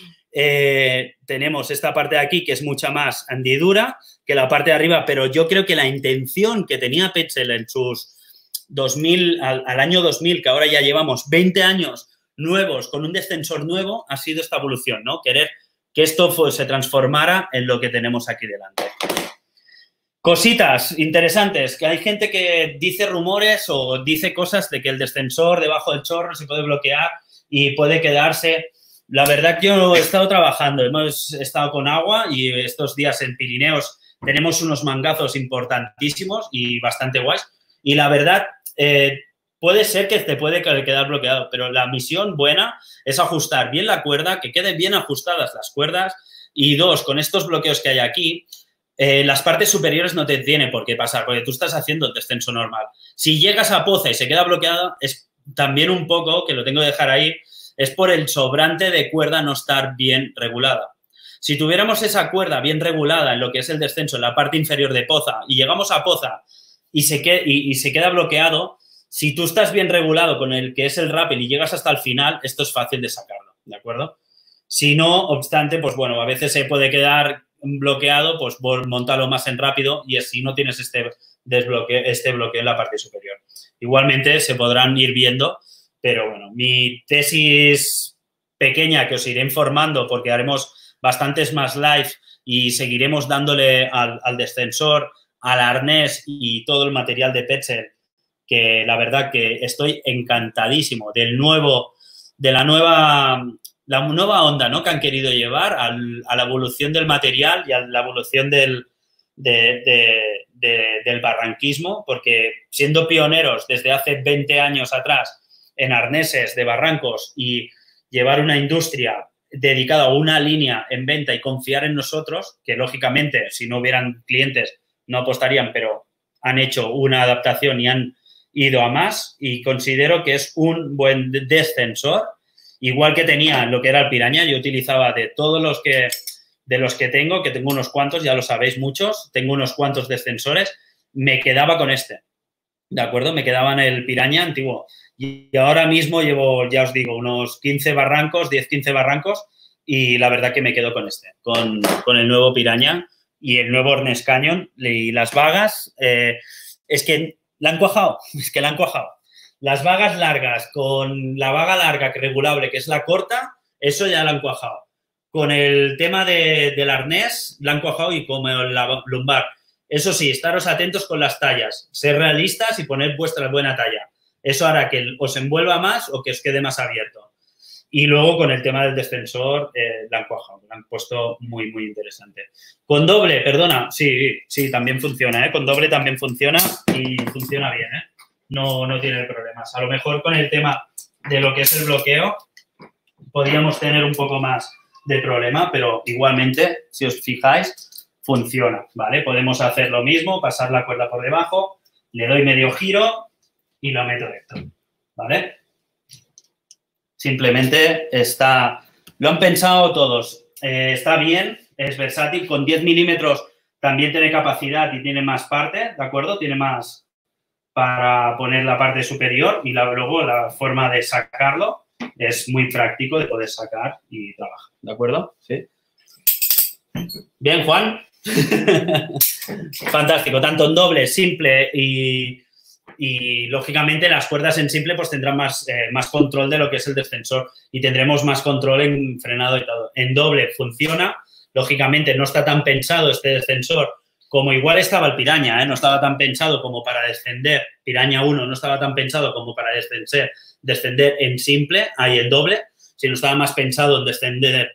Tenemos esta parte de aquí que es mucha más hendidura que la parte de arriba, pero yo creo que la intención que tenía Petzl en sus 2000, al año 2000, que ahora ya llevamos 20 años nuevos con un descensor nuevo, ha sido esta evolución, ¿no? Querer que esto se transformara en lo que tenemos aquí delante. Cositas interesantes, que hay gente que dice rumores o dice cosas de que el descensor debajo del chorro se puede bloquear y puede quedarse. La verdad que yo he estado trabajando, hemos estado con agua y estos días en Pirineos tenemos unos mangazos importantísimos y bastante guays. Y la verdad, puede ser que te puede quedar bloqueado, pero la misión buena es ajustar bien la cuerda, que queden bien ajustadas las cuerdas. Y dos, con estos bloqueos que hay aquí, las partes superiores no te tiene por qué pasar, porque tú estás haciendo el descenso normal. Si llegas a poza y se queda bloqueada, es también un poco, que lo tengo que dejar ahí, es por el sobrante de cuerda no estar bien regulada. Si tuviéramos esa cuerda bien regulada en lo que es el descenso, en la parte inferior de poza, y llegamos a poza y se queda bloqueado, si tú estás bien regulado con el que es el rappel y llegas hasta el final, esto es fácil de sacarlo, ¿de acuerdo? Si no, obstante, pues bueno, a veces se puede quedar bloqueado, pues montalo más en rápido y así no tienes este bloqueo en la parte superior. Igualmente se podrán ir viendo, pero bueno, mi tesis pequeña que os iré informando porque haremos bastantes más live y seguiremos dándole al descensor, al arnés y todo el material de Petzl, que la verdad que estoy encantadísimo de la nueva onda, ¿no?, que han querido llevar a la evolución del material y a la evolución del barranquismo, porque siendo pioneros desde hace 20 años atrás en arneses de barrancos y llevar una industria dedicada a una línea en venta y confiar en nosotros, que lógicamente si no hubieran clientes no apostarían, pero han hecho una adaptación y han ido a más, y considero que es un buen descensor. Igual que tenía lo que era el Piraña, yo utilizaba de todos los que tengo, que tengo unos cuantos, ya lo sabéis muchos, tengo unos cuantos descensores, me quedaba con este, ¿de acuerdo? Me quedaba en el Piraña antiguo. Y ahora mismo llevo, ya os digo, unos 15 barrancos, 10-15 barrancos, y la verdad que me quedo con este, con el nuevo Piraña y el nuevo Ernest Canyon. Y las vagas, es que la han cuajado, Las vagas largas con la vaga larga regulable, que es la corta, eso ya la han cuajado. Con el tema del arnés, la han cuajado, y como la lumbar. Eso sí, estaros atentos con las tallas, ser realistas y poner vuestra buena talla. Eso hará que os envuelva más o que os quede más abierto. Y luego con el tema del descensor, la han cuajado, la han puesto muy, muy interesante. Con doble, perdona, sí, también funciona, ¿eh? Con doble también funciona y funciona bien, ¿eh? No tiene problemas. A lo mejor con el tema de lo que es el bloqueo podríamos tener un poco más de problema, pero igualmente, si os fijáis, funciona, ¿vale? Podemos hacer lo mismo, pasar la cuerda por debajo, le doy medio giro y lo meto recto, ¿vale? Simplemente lo han pensado todos, está bien, es versátil, con 10 milímetros también tiene capacidad y tiene más parte, ¿de acuerdo? Tiene más para poner la parte superior, y luego la forma de sacarlo es muy práctico de poder sacar y trabajar, ¿de acuerdo? Sí. Bien, Juan. Fantástico, tanto en doble, simple y lógicamente las cuerdas en simple pues tendrán más control de lo que es el descensor y tendremos más control en frenado y todo. En doble funciona, lógicamente no está tan pensado este descensor como igual estaba el Piraña, ¿eh? No estaba tan pensado como para descender, Piraña 1 no estaba tan pensado como para descender en simple, ahí en doble, sino estaba más pensado en descender,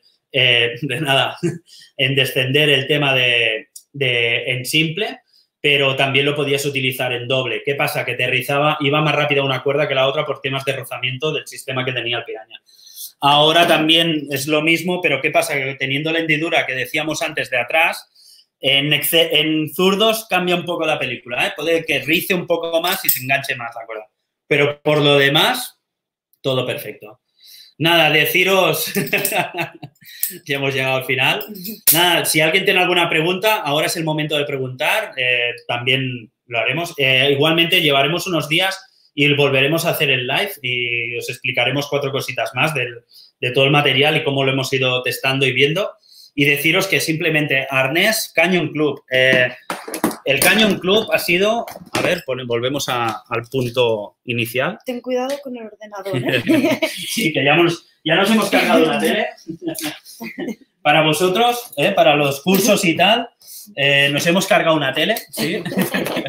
en descender el tema en simple, pero también lo podías utilizar en doble. ¿Qué pasa? Que iba más rápida una cuerda que la otra por temas de rozamiento del sistema que tenía el Piraña. Ahora también es lo mismo, pero ¿qué pasa? Que teniendo la hendidura que decíamos antes de atrás, en zurdos cambia un poco la película, ¿eh? Puede que rice un poco más y se enganche más la cuerda. Pero por lo demás, todo perfecto. Nada, deciros, ya hemos llegado al final. Nada, si alguien tiene alguna pregunta, ahora es el momento de preguntar, también lo haremos. Igualmente llevaremos unos días y volveremos a hacer el live y os explicaremos 4 cositas más de todo el material y cómo lo hemos ido testando y viendo. Y deciros que simplemente arnés Canyon Club. El Canyon Club ha sido... A ver, volvemos al punto inicial. Ten cuidado con el ordenador, ¿eh? Sí, que ya nos hemos cargado una tele. Para vosotros, para los cursos y tal, nos hemos cargado una tele, ¿sí?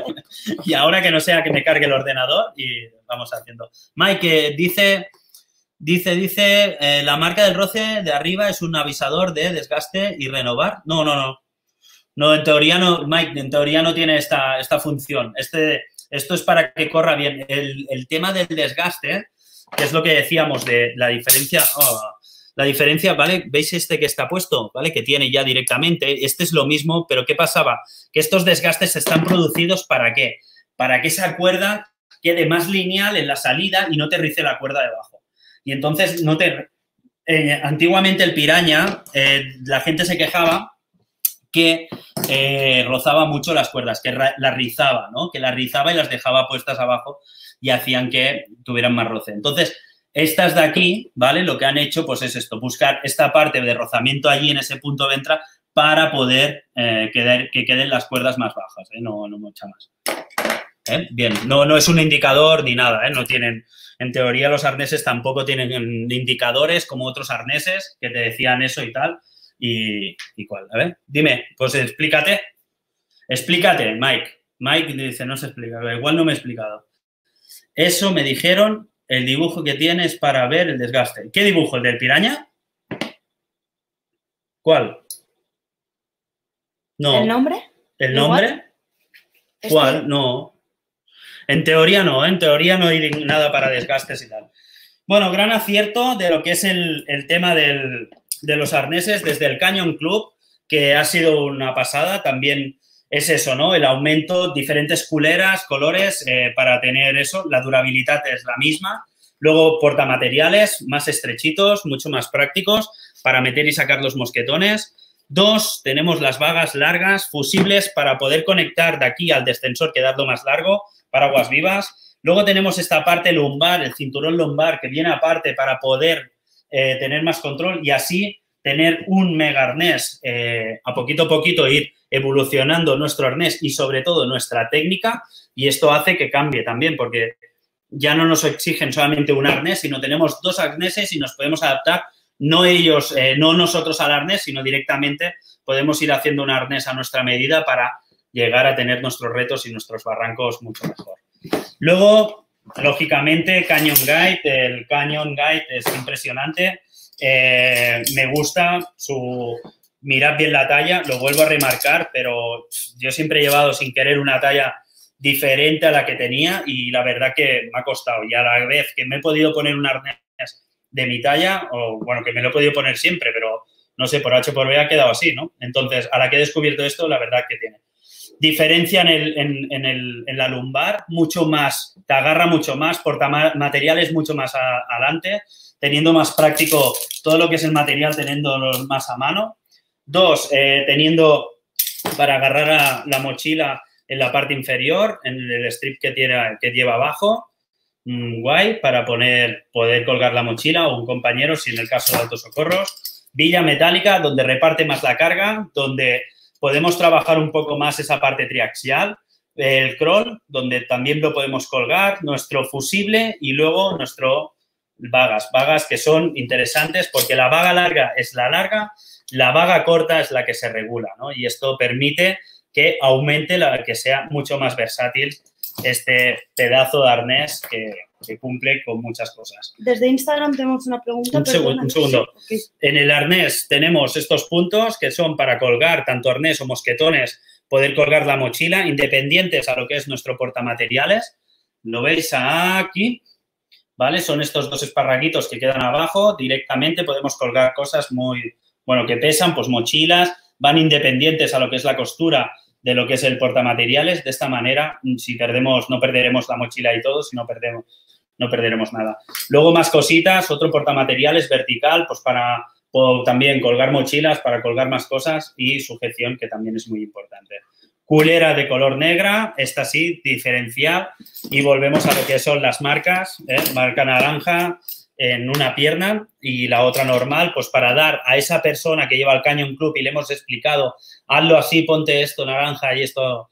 Y ahora que no sea que me cargue el ordenador y vamos haciendo. Mike dice Dice, la marca del roce de arriba es un avisador de desgaste y renovar. No. No, en teoría no, Mike, en teoría no tiene esta función. Esto es para que corra bien. El tema del desgaste, que es lo que decíamos de la diferencia, ¿vale? ¿Veis este que está puesto? ¿Vale? Que tiene ya directamente. Este es lo mismo, pero ¿qué pasaba? Que estos desgastes están producidos ¿para qué? Para que esa cuerda quede más lineal en la salida y no te rice la cuerda debajo. Y entonces antiguamente el piraña, la gente se quejaba que rozaba mucho las cuerdas, que las rizaba, ¿no? Que las rizaba y las dejaba puestas abajo y hacían que tuvieran más roce. Entonces, estas de aquí, ¿vale? Lo que han hecho, pues es esto, buscar esta parte de rozamiento allí en ese punto ventral para poder que queden las cuerdas más bajas, ¿eh? No mucha más. Bien, no es un indicador ni nada, ¿eh? No tienen, en teoría los arneses tampoco tienen indicadores como otros arneses que te decían eso y tal. ¿Y cuál? A ver, dime, pues explícate. Explícate, Mike. Mike dice, no se explica. Igual no me he explicado. Eso me dijeron, el dibujo que tienes para ver el desgaste. ¿Qué dibujo? ¿El del piraña? ¿Cuál? No. ¿El nombre? ¿El nombre? ¿Cuál? No. En teoría no, en teoría no hay nada para desgastes y tal. Bueno, gran acierto de lo que es el tema de los arneses desde el Canyon Club, que ha sido una pasada. También es eso, ¿no? El aumento, diferentes culeras, colores para tener eso. La durabilidad es la misma. Luego, portamateriales más estrechitos, mucho más prácticos para meter y sacar los mosquetones. 2, tenemos las vagas largas, fusibles para poder conectar de aquí al descensor, quedarlo más largo, paraguas vivas. Luego tenemos esta parte lumbar, el cinturón lumbar, que viene aparte para poder tener más control y así tener un mega arnés, a poquito ir evolucionando nuestro arnés y sobre todo nuestra técnica, y esto hace que cambie también porque ya no nos exigen solamente un arnés, sino tenemos 2 arneses y nos podemos adaptar, no nosotros al arnés, sino directamente podemos ir haciendo un arnés a nuestra medida para llegar a tener nuestros retos y nuestros barrancos mucho mejor. Luego, lógicamente, Canyon Guide. El Canyon Guide es impresionante. Me gusta mirad bien la talla, lo vuelvo a remarcar, pero yo siempre he llevado sin querer una talla diferente a la que tenía y la verdad que me ha costado. Y a la vez que me he podido poner un arnés de mi talla, o bueno, que me lo he podido poner siempre, pero no sé, por H por B ha quedado así, ¿no? Entonces, a la que he descubierto esto, la verdad que tiene. Diferencia en la lumbar, mucho más, te agarra mucho más, portamateriales mucho más adelante, teniendo más práctico todo lo que es el material, teniéndolo más a mano. 2, teniendo para agarrar la mochila en la parte inferior, en el strip que lleva abajo, guay, para poder colgar la mochila o un compañero, si en el caso de autosocorros. Villa metálica, donde reparte más la carga, donde podemos trabajar un poco más esa parte triaxial, el crawl, donde también lo podemos colgar, nuestro fusible y luego nuestro vagas que son interesantes porque la vaga larga es la larga, la vaga corta es la que se regula, ¿no? Y esto permite que aumente, que sea mucho más versátil este pedazo de arnés que cumple con muchas cosas. Desde Instagram tenemos una pregunta. Un segundo. Okay. En el arnés tenemos estos puntos que son para colgar tanto arnés o mosquetones, poder colgar la mochila, independientes a lo que es nuestro portamateriales. Lo veis aquí, ¿vale? Son estos 2 esparraguitos que quedan abajo. Directamente podemos colgar cosas que pesan, pues mochilas, van independientes a lo que es la costura de lo que es el portamateriales. De esta manera, si perdemos, no perderemos la mochila y todo, si no perderemos nada. Luego más cositas, otro portamateriales vertical, pues para también colgar mochilas, para colgar más cosas y sujeción, que también es muy importante. Culera de color negra, esta sí, diferencial, y volvemos a lo que son las marcas, marca naranja en una pierna y la otra normal, pues para dar a esa persona que lleva el Canyon Club y le hemos explicado, hazlo así, ponte esto naranja y esto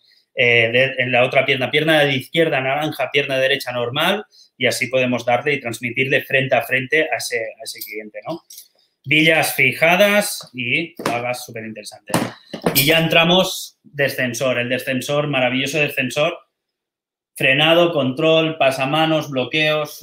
en la otra pierna de izquierda naranja, pierna derecha normal, y así podemos darle y transmitirle frente a frente a ese cliente, ¿no? Villas fijadas y vagas súper interesantes. Y ya entramos descensor, el descensor, maravilloso descensor, frenado, control, pasamanos, bloqueos,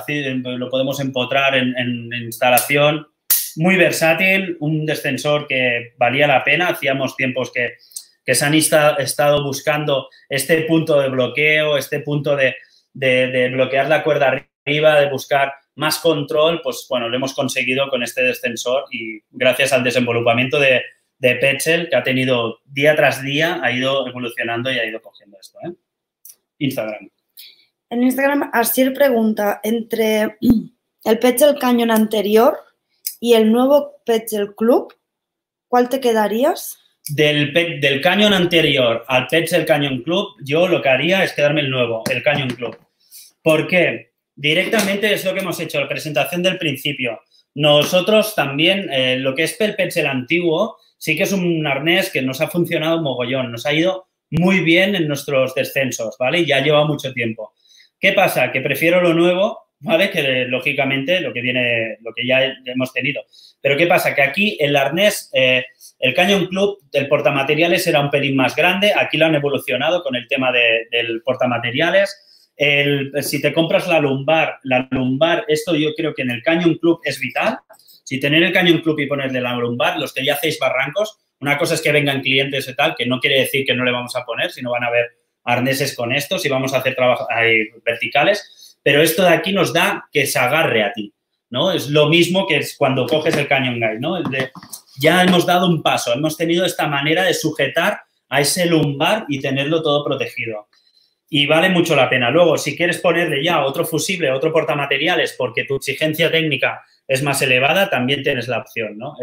lo podemos empotrar en instalación. Muy versátil, un descensor que valía la pena. Hacíamos tiempos que se han estado buscando este punto de bloqueo, este punto de bloquear la cuerda arriba, de buscar más control. Pues bueno, lo hemos conseguido con este descensor y gracias al desenvolupamiento de Petzl, que ha tenido día tras día, ha ido evolucionando y ha ido cogiendo esto, ¿eh? Instagram. En Instagram, Asier pregunta, entre el Petzl Canyon anterior y el nuevo Petzl Club, ¿cuál te quedarías? Del Canyon anterior al Petzl Canyon Club, yo lo que haría es quedarme el nuevo, el Canyon Club. ¿Por qué? Directamente es lo que hemos hecho, la presentación del principio. Nosotros también, lo que es el Petzl antiguo, sí que es un arnés que nos ha funcionado un mogollón, nos ha ido muy bien en nuestros descensos, ¿vale? Y ya lleva mucho tiempo. ¿Qué pasa? Que prefiero lo nuevo, ¿vale? Que lógicamente lo que ya hemos tenido. Pero ¿qué pasa? Que aquí el arnés, el Canyon Club del portamateriales era un pelín más grande, aquí lo han evolucionado con el tema del portamateriales. Si te compras la lumbar, esto yo creo que en el Canyon Club es vital. Si tener el Canyon Club y ponerle la lumbar, los que ya hacéis barrancos, una cosa es que vengan clientes y tal, que no quiere decir que no le vamos a poner, sino van a haber arneses con estos y vamos a hacer trabajos verticales, pero esto de aquí nos da que se agarre a ti, ¿no? Es lo mismo que es cuando coges el Canyon Guide, ¿no? Ya hemos dado un paso, hemos tenido esta manera de sujetar a ese lumbar y tenerlo todo protegido. Y vale mucho la pena. Luego, si quieres ponerle ya otro fusible, otro portamateriales, porque tu exigencia técnica es más elevada, también tienes la opción, ¿no?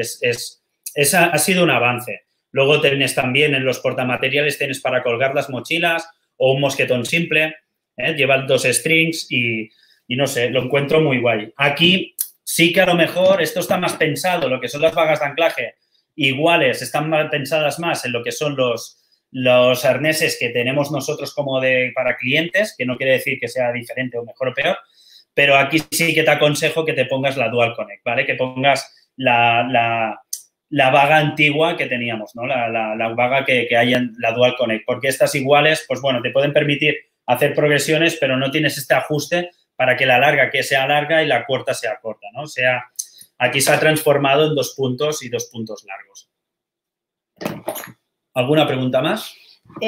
Ha sido un avance. Luego tienes también en los portamateriales, tienes para colgar las mochilas o un mosquetón simple, llevan 2 strings y no sé, lo encuentro muy guay. Aquí sí que a lo mejor esto está más pensado, lo que son las vagas de anclaje iguales, están pensadas más en lo que son los arneses que tenemos nosotros como para clientes, que no quiere decir que sea diferente o mejor o peor, pero aquí sí que te aconsejo que te pongas la Dual Connect, ¿vale? Que pongas la vaga antigua que teníamos, ¿no? La vaga que hay en la Dual Connect, porque estas iguales, pues bueno, te pueden permitir hacer progresiones, pero no tienes este ajuste para que la larga que sea larga y la corta sea corta, ¿no? O sea, aquí se ha transformado en 2 puntos y 2 puntos largos. ¿Alguna pregunta más?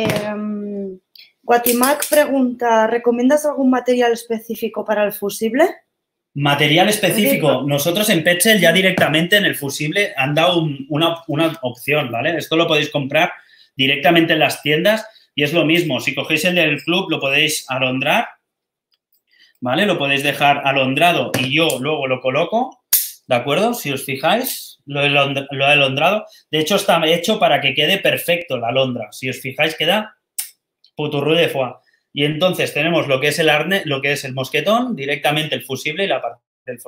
Guatimac pregunta, ¿recomiendas algún material específico para el fusible? Material específico. Nosotros en Petzl ya directamente en el fusible han dado una opción, ¿vale? Esto lo podéis comprar directamente en las tiendas y es lo mismo. Si cogéis el del club lo podéis alondrar, ¿vale? Lo podéis dejar alondrado y yo luego lo coloco, ¿de acuerdo? Si os fijáis, lo he alondrado. De hecho, está hecho para que quede perfecto la alondra. Si os fijáis, queda puturru de foie. Y entonces tenemos lo que es el arnés, lo que es el mosquetón, directamente el fusible y la parte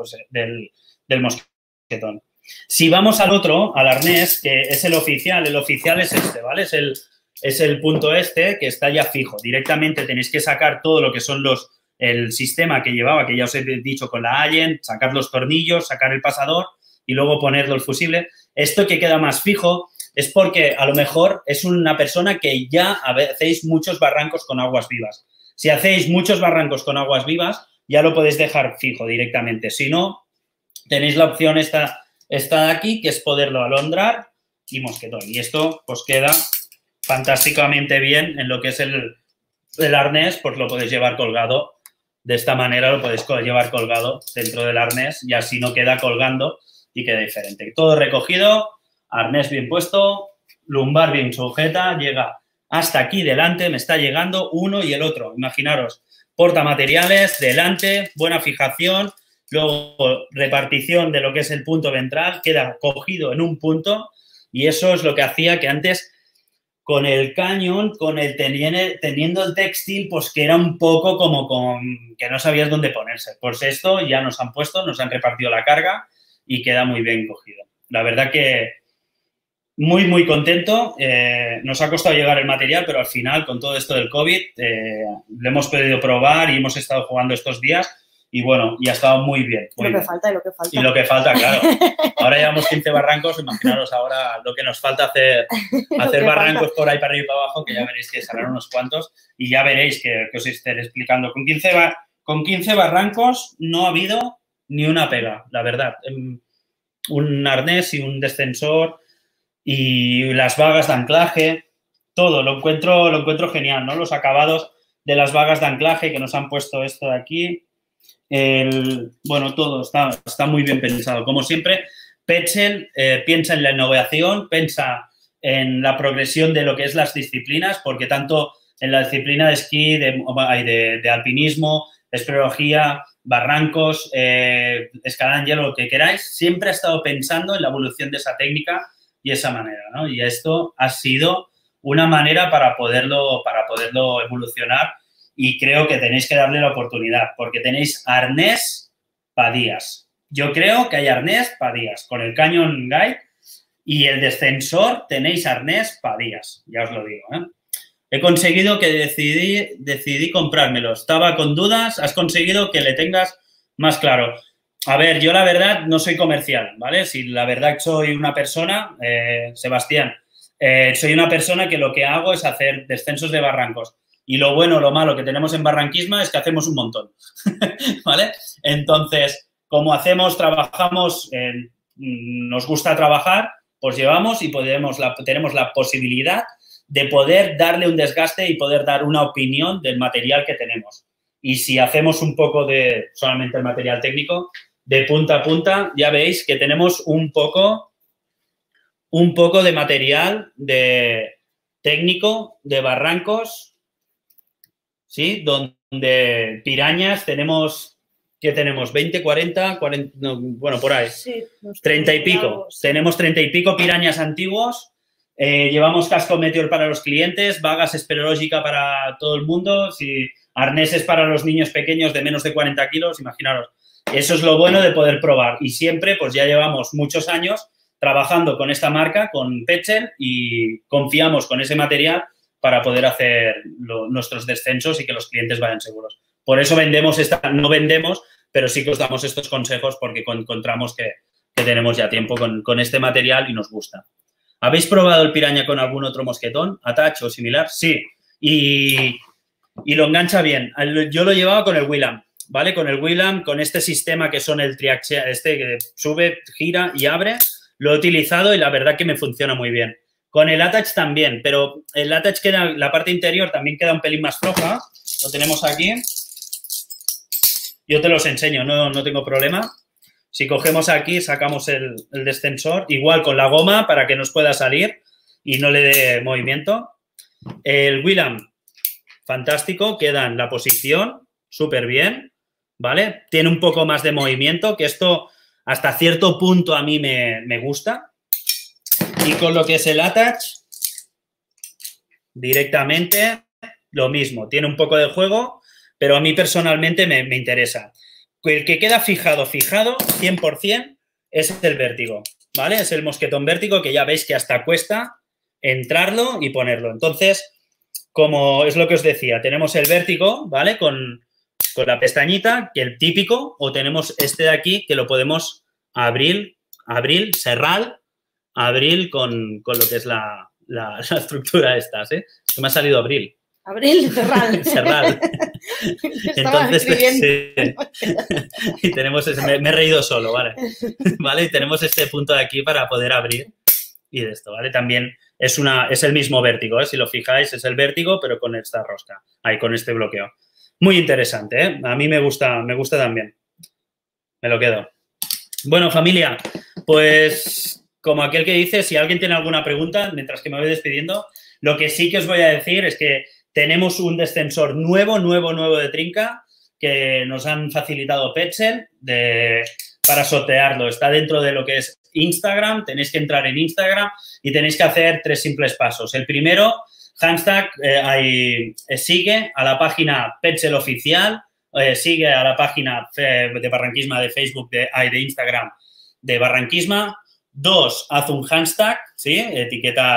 del mosquetón. Si vamos al otro, al arnés, que es el oficial es este, ¿vale? Es el punto este que está ya fijo. Directamente tenéis que sacar todo lo que son el sistema que llevaba, que ya os he dicho con la Allen, sacar los tornillos, sacar el pasador y luego ponerlo el fusible. Esto que queda más fijo es porque a lo mejor es una persona que ya hacéis muchos barrancos con aguas vivas. Si hacéis muchos barrancos con aguas vivas, ya lo podéis dejar fijo directamente. Si no, tenéis la opción esta de aquí, que es poderlo alondrar y mosquetón. Y esto pues queda fantásticamente bien en lo que es el arnés, pues lo podéis llevar colgado. De esta manera lo podéis llevar colgado dentro del arnés y así no queda colgando y queda diferente. Todo recogido, arnés bien puesto, lumbar bien sujeta, llega hasta aquí delante, me está llegando uno y el otro. Imaginaros, portamateriales, delante, buena fijación, luego repartición de lo que es el punto ventral, queda cogido en un punto y eso es lo que hacía que antes con el Canyon, teniendo el textil, pues que era un poco como que no sabías dónde ponerse. Pues esto ya nos han puesto, nos han repartido la carga y queda muy bien cogido. La verdad que muy, muy contento. Nos ha costado llegar el material, pero al final, con todo esto del COVID, lo hemos podido probar y hemos estado jugando estos días y bueno, y ha estado muy bien. Muy lo que bien. falta y lo que falta. Y lo que falta, claro. Ahora llevamos 15 barrancos, imaginaros ahora lo que nos falta hacer barrancos por ahí para arriba y para abajo, que ya veréis que serán unos cuantos y ya veréis que os estaré explicando. Con 15 barrancos no ha habido ni una pega, la verdad. Un arnés y un descensor y las vagas de anclaje, todo, lo encuentro genial, ¿no? Los acabados de las vagas de anclaje que nos han puesto esto de aquí. Bueno, todo está muy bien pensado. Como siempre, Petzl piensa en la innovación, piensa en la progresión de lo que es las disciplinas, porque tanto en la disciplina de esquí, de alpinismo, espeleología, barrancos, escalada en hielo, lo que queráis, siempre ha estado pensando en la evolución de esa técnica y esa manera, ¿no? Y esto ha sido una manera para poderlo evolucionar. Y creo que tenéis que darle la oportunidad, porque tenéis arnés para días. Yo creo que hay arnés para días. Con el Canyon Guide y el descensor tenéis arnés para días, ya os lo digo, ¿eh? He conseguido que decidí comprármelo. Estaba con dudas, has conseguido que le tengas más claro. A ver, yo la verdad no soy comercial, ¿vale? Si la verdad soy una persona, Sebastián, soy una persona que lo que hago es hacer descensos de barrancos. Y lo bueno, lo malo que tenemos en Barranquisma es que hacemos un montón, ¿vale? Entonces, como trabajamos, nos gusta trabajar, pues llevamos y tenemos la posibilidad de poder darle un desgaste y poder dar una opinión del material que tenemos. Y si hacemos un poco de solamente el material técnico, de punta a punta, ya veis que tenemos un poco de material técnico de barrancos, ¿sí? Donde pirañas tenemos, ¿qué tenemos? 20, 40, no, bueno, por ahí. Sí, 30 y pico. Bravos. Tenemos 30 y pico pirañas antiguos. Llevamos casco Meteor para los clientes, vagas espeleológica para todo el mundo, arneses para los niños pequeños de menos de 40 kilos, imaginaros. Eso es lo bueno de poder probar. Y siempre, pues ya llevamos muchos años trabajando con esta marca, con Petzl, y confiamos con ese material para poder hacer nuestros descensos y que los clientes vayan seguros. Por eso no vendemos, pero sí que os damos estos consejos porque encontramos que tenemos ya tiempo con este material y nos gusta. ¿Habéis probado el piraña con algún otro mosquetón, attach o similar? Sí. Y lo engancha bien. Yo lo llevaba con el Willam, ¿vale? Con el Willam, con este sistema que son el triaxial, que sube, gira y abre, lo he utilizado y la verdad que me funciona muy bien. Con el attach también, pero el attach la parte interior también queda un pelín más floja. Lo tenemos aquí. Yo te los enseño, no tengo problema. Si cogemos aquí, sacamos el descensor, igual con la goma para que nos pueda salir y no le dé movimiento. El Willam, fantástico, queda en la posición, súper bien, ¿vale? Tiene un poco más de movimiento, que esto hasta cierto punto a mí me gusta. Y con lo que es el attach, directamente lo mismo. Tiene un poco de juego, pero a mí personalmente me interesa. El que queda fijado 100% es el vértigo, ¿vale? Es el mosquetón vértigo que ya veis que hasta cuesta entrarlo y ponerlo. Entonces, como es lo que os decía, tenemos el vértigo, ¿vale? Con la pestañita, que el típico, o tenemos este de aquí que lo podemos abrir, cerrar, abrir con lo que es la estructura estas, ¿eh? Que me ha salido abril. Abril, cerrar. Cerrar. Entonces, sí. Y tenemos me he reído solo, ¿vale? ¿Vale? Y tenemos este punto de aquí para poder abrir y de esto, ¿vale? También es el mismo vértigo, ¿eh? Si lo fijáis, es el vértigo, pero con esta rosca, ahí, con este bloqueo. Muy interesante, ¿eh? A mí me gusta también. Me lo quedo. Bueno, familia, pues como aquel que dice, si alguien tiene alguna pregunta, mientras que me voy despidiendo, lo que sí que os voy a decir es que tenemos un descensor nuevo de trinca que nos han facilitado Petzl para sortearlo. Está dentro de lo que es Instagram. Tenéis que entrar en Instagram y tenéis que hacer 3 simples pasos. El primero, hashtag, sigue a la página Petzl Oficial, sigue a la página de Barranquisma de Facebook, de Instagram de Barranquisma. 2, haz un hashtag, ¿sí? Etiqueta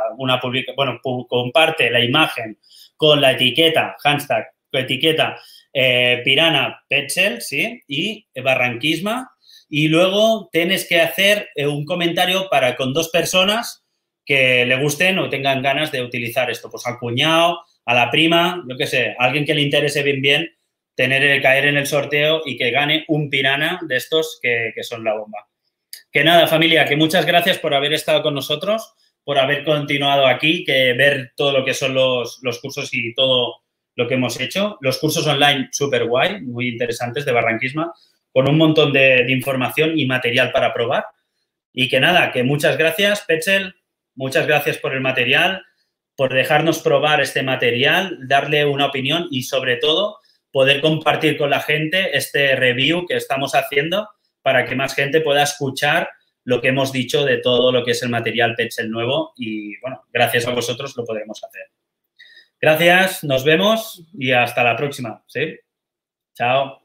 comparte la imagen con la etiqueta, hashtag, etiqueta Pirana Petzl, sí, y Barranquisme. Y luego tienes que hacer un comentario con 2 personas que le gusten o tengan ganas de utilizar esto. Pues al cuñado, a la prima, yo qué sé, a alguien que le interese bien caer en el sorteo y que gane un Pirana de estos que son la bomba. Que nada, familia, que muchas gracias por haber estado con nosotros, por haber continuado aquí, que ver todo lo que son los cursos y todo lo que hemos hecho. Los cursos online súper guay, muy interesantes de Barranquisme, con un montón de información y material para probar. Y que nada, que muchas gracias, Petzl, muchas gracias por el material, por dejarnos probar este material, darle una opinión y, sobre todo, poder compartir con la gente este review que estamos haciendo para que más gente pueda escuchar lo que hemos dicho de todo lo que es el material Petzl nuevo y, bueno, gracias a vosotros lo podremos hacer. Gracias, nos vemos y hasta la próxima, ¿sí? Chao.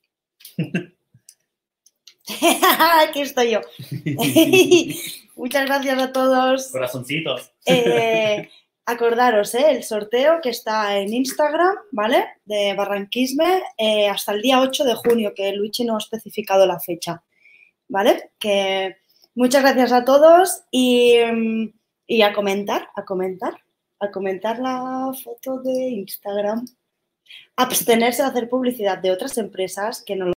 Aquí estoy yo. Muchas gracias a todos. Corazoncitos. Acordaros, el sorteo que está en Instagram, ¿vale? De Barranquisme hasta el día 8 de junio, que Luigi no ha especificado la fecha, ¿vale? Que muchas gracias a todos y a comentar la foto de Instagram. Abstenerse de hacer publicidad de otras empresas que no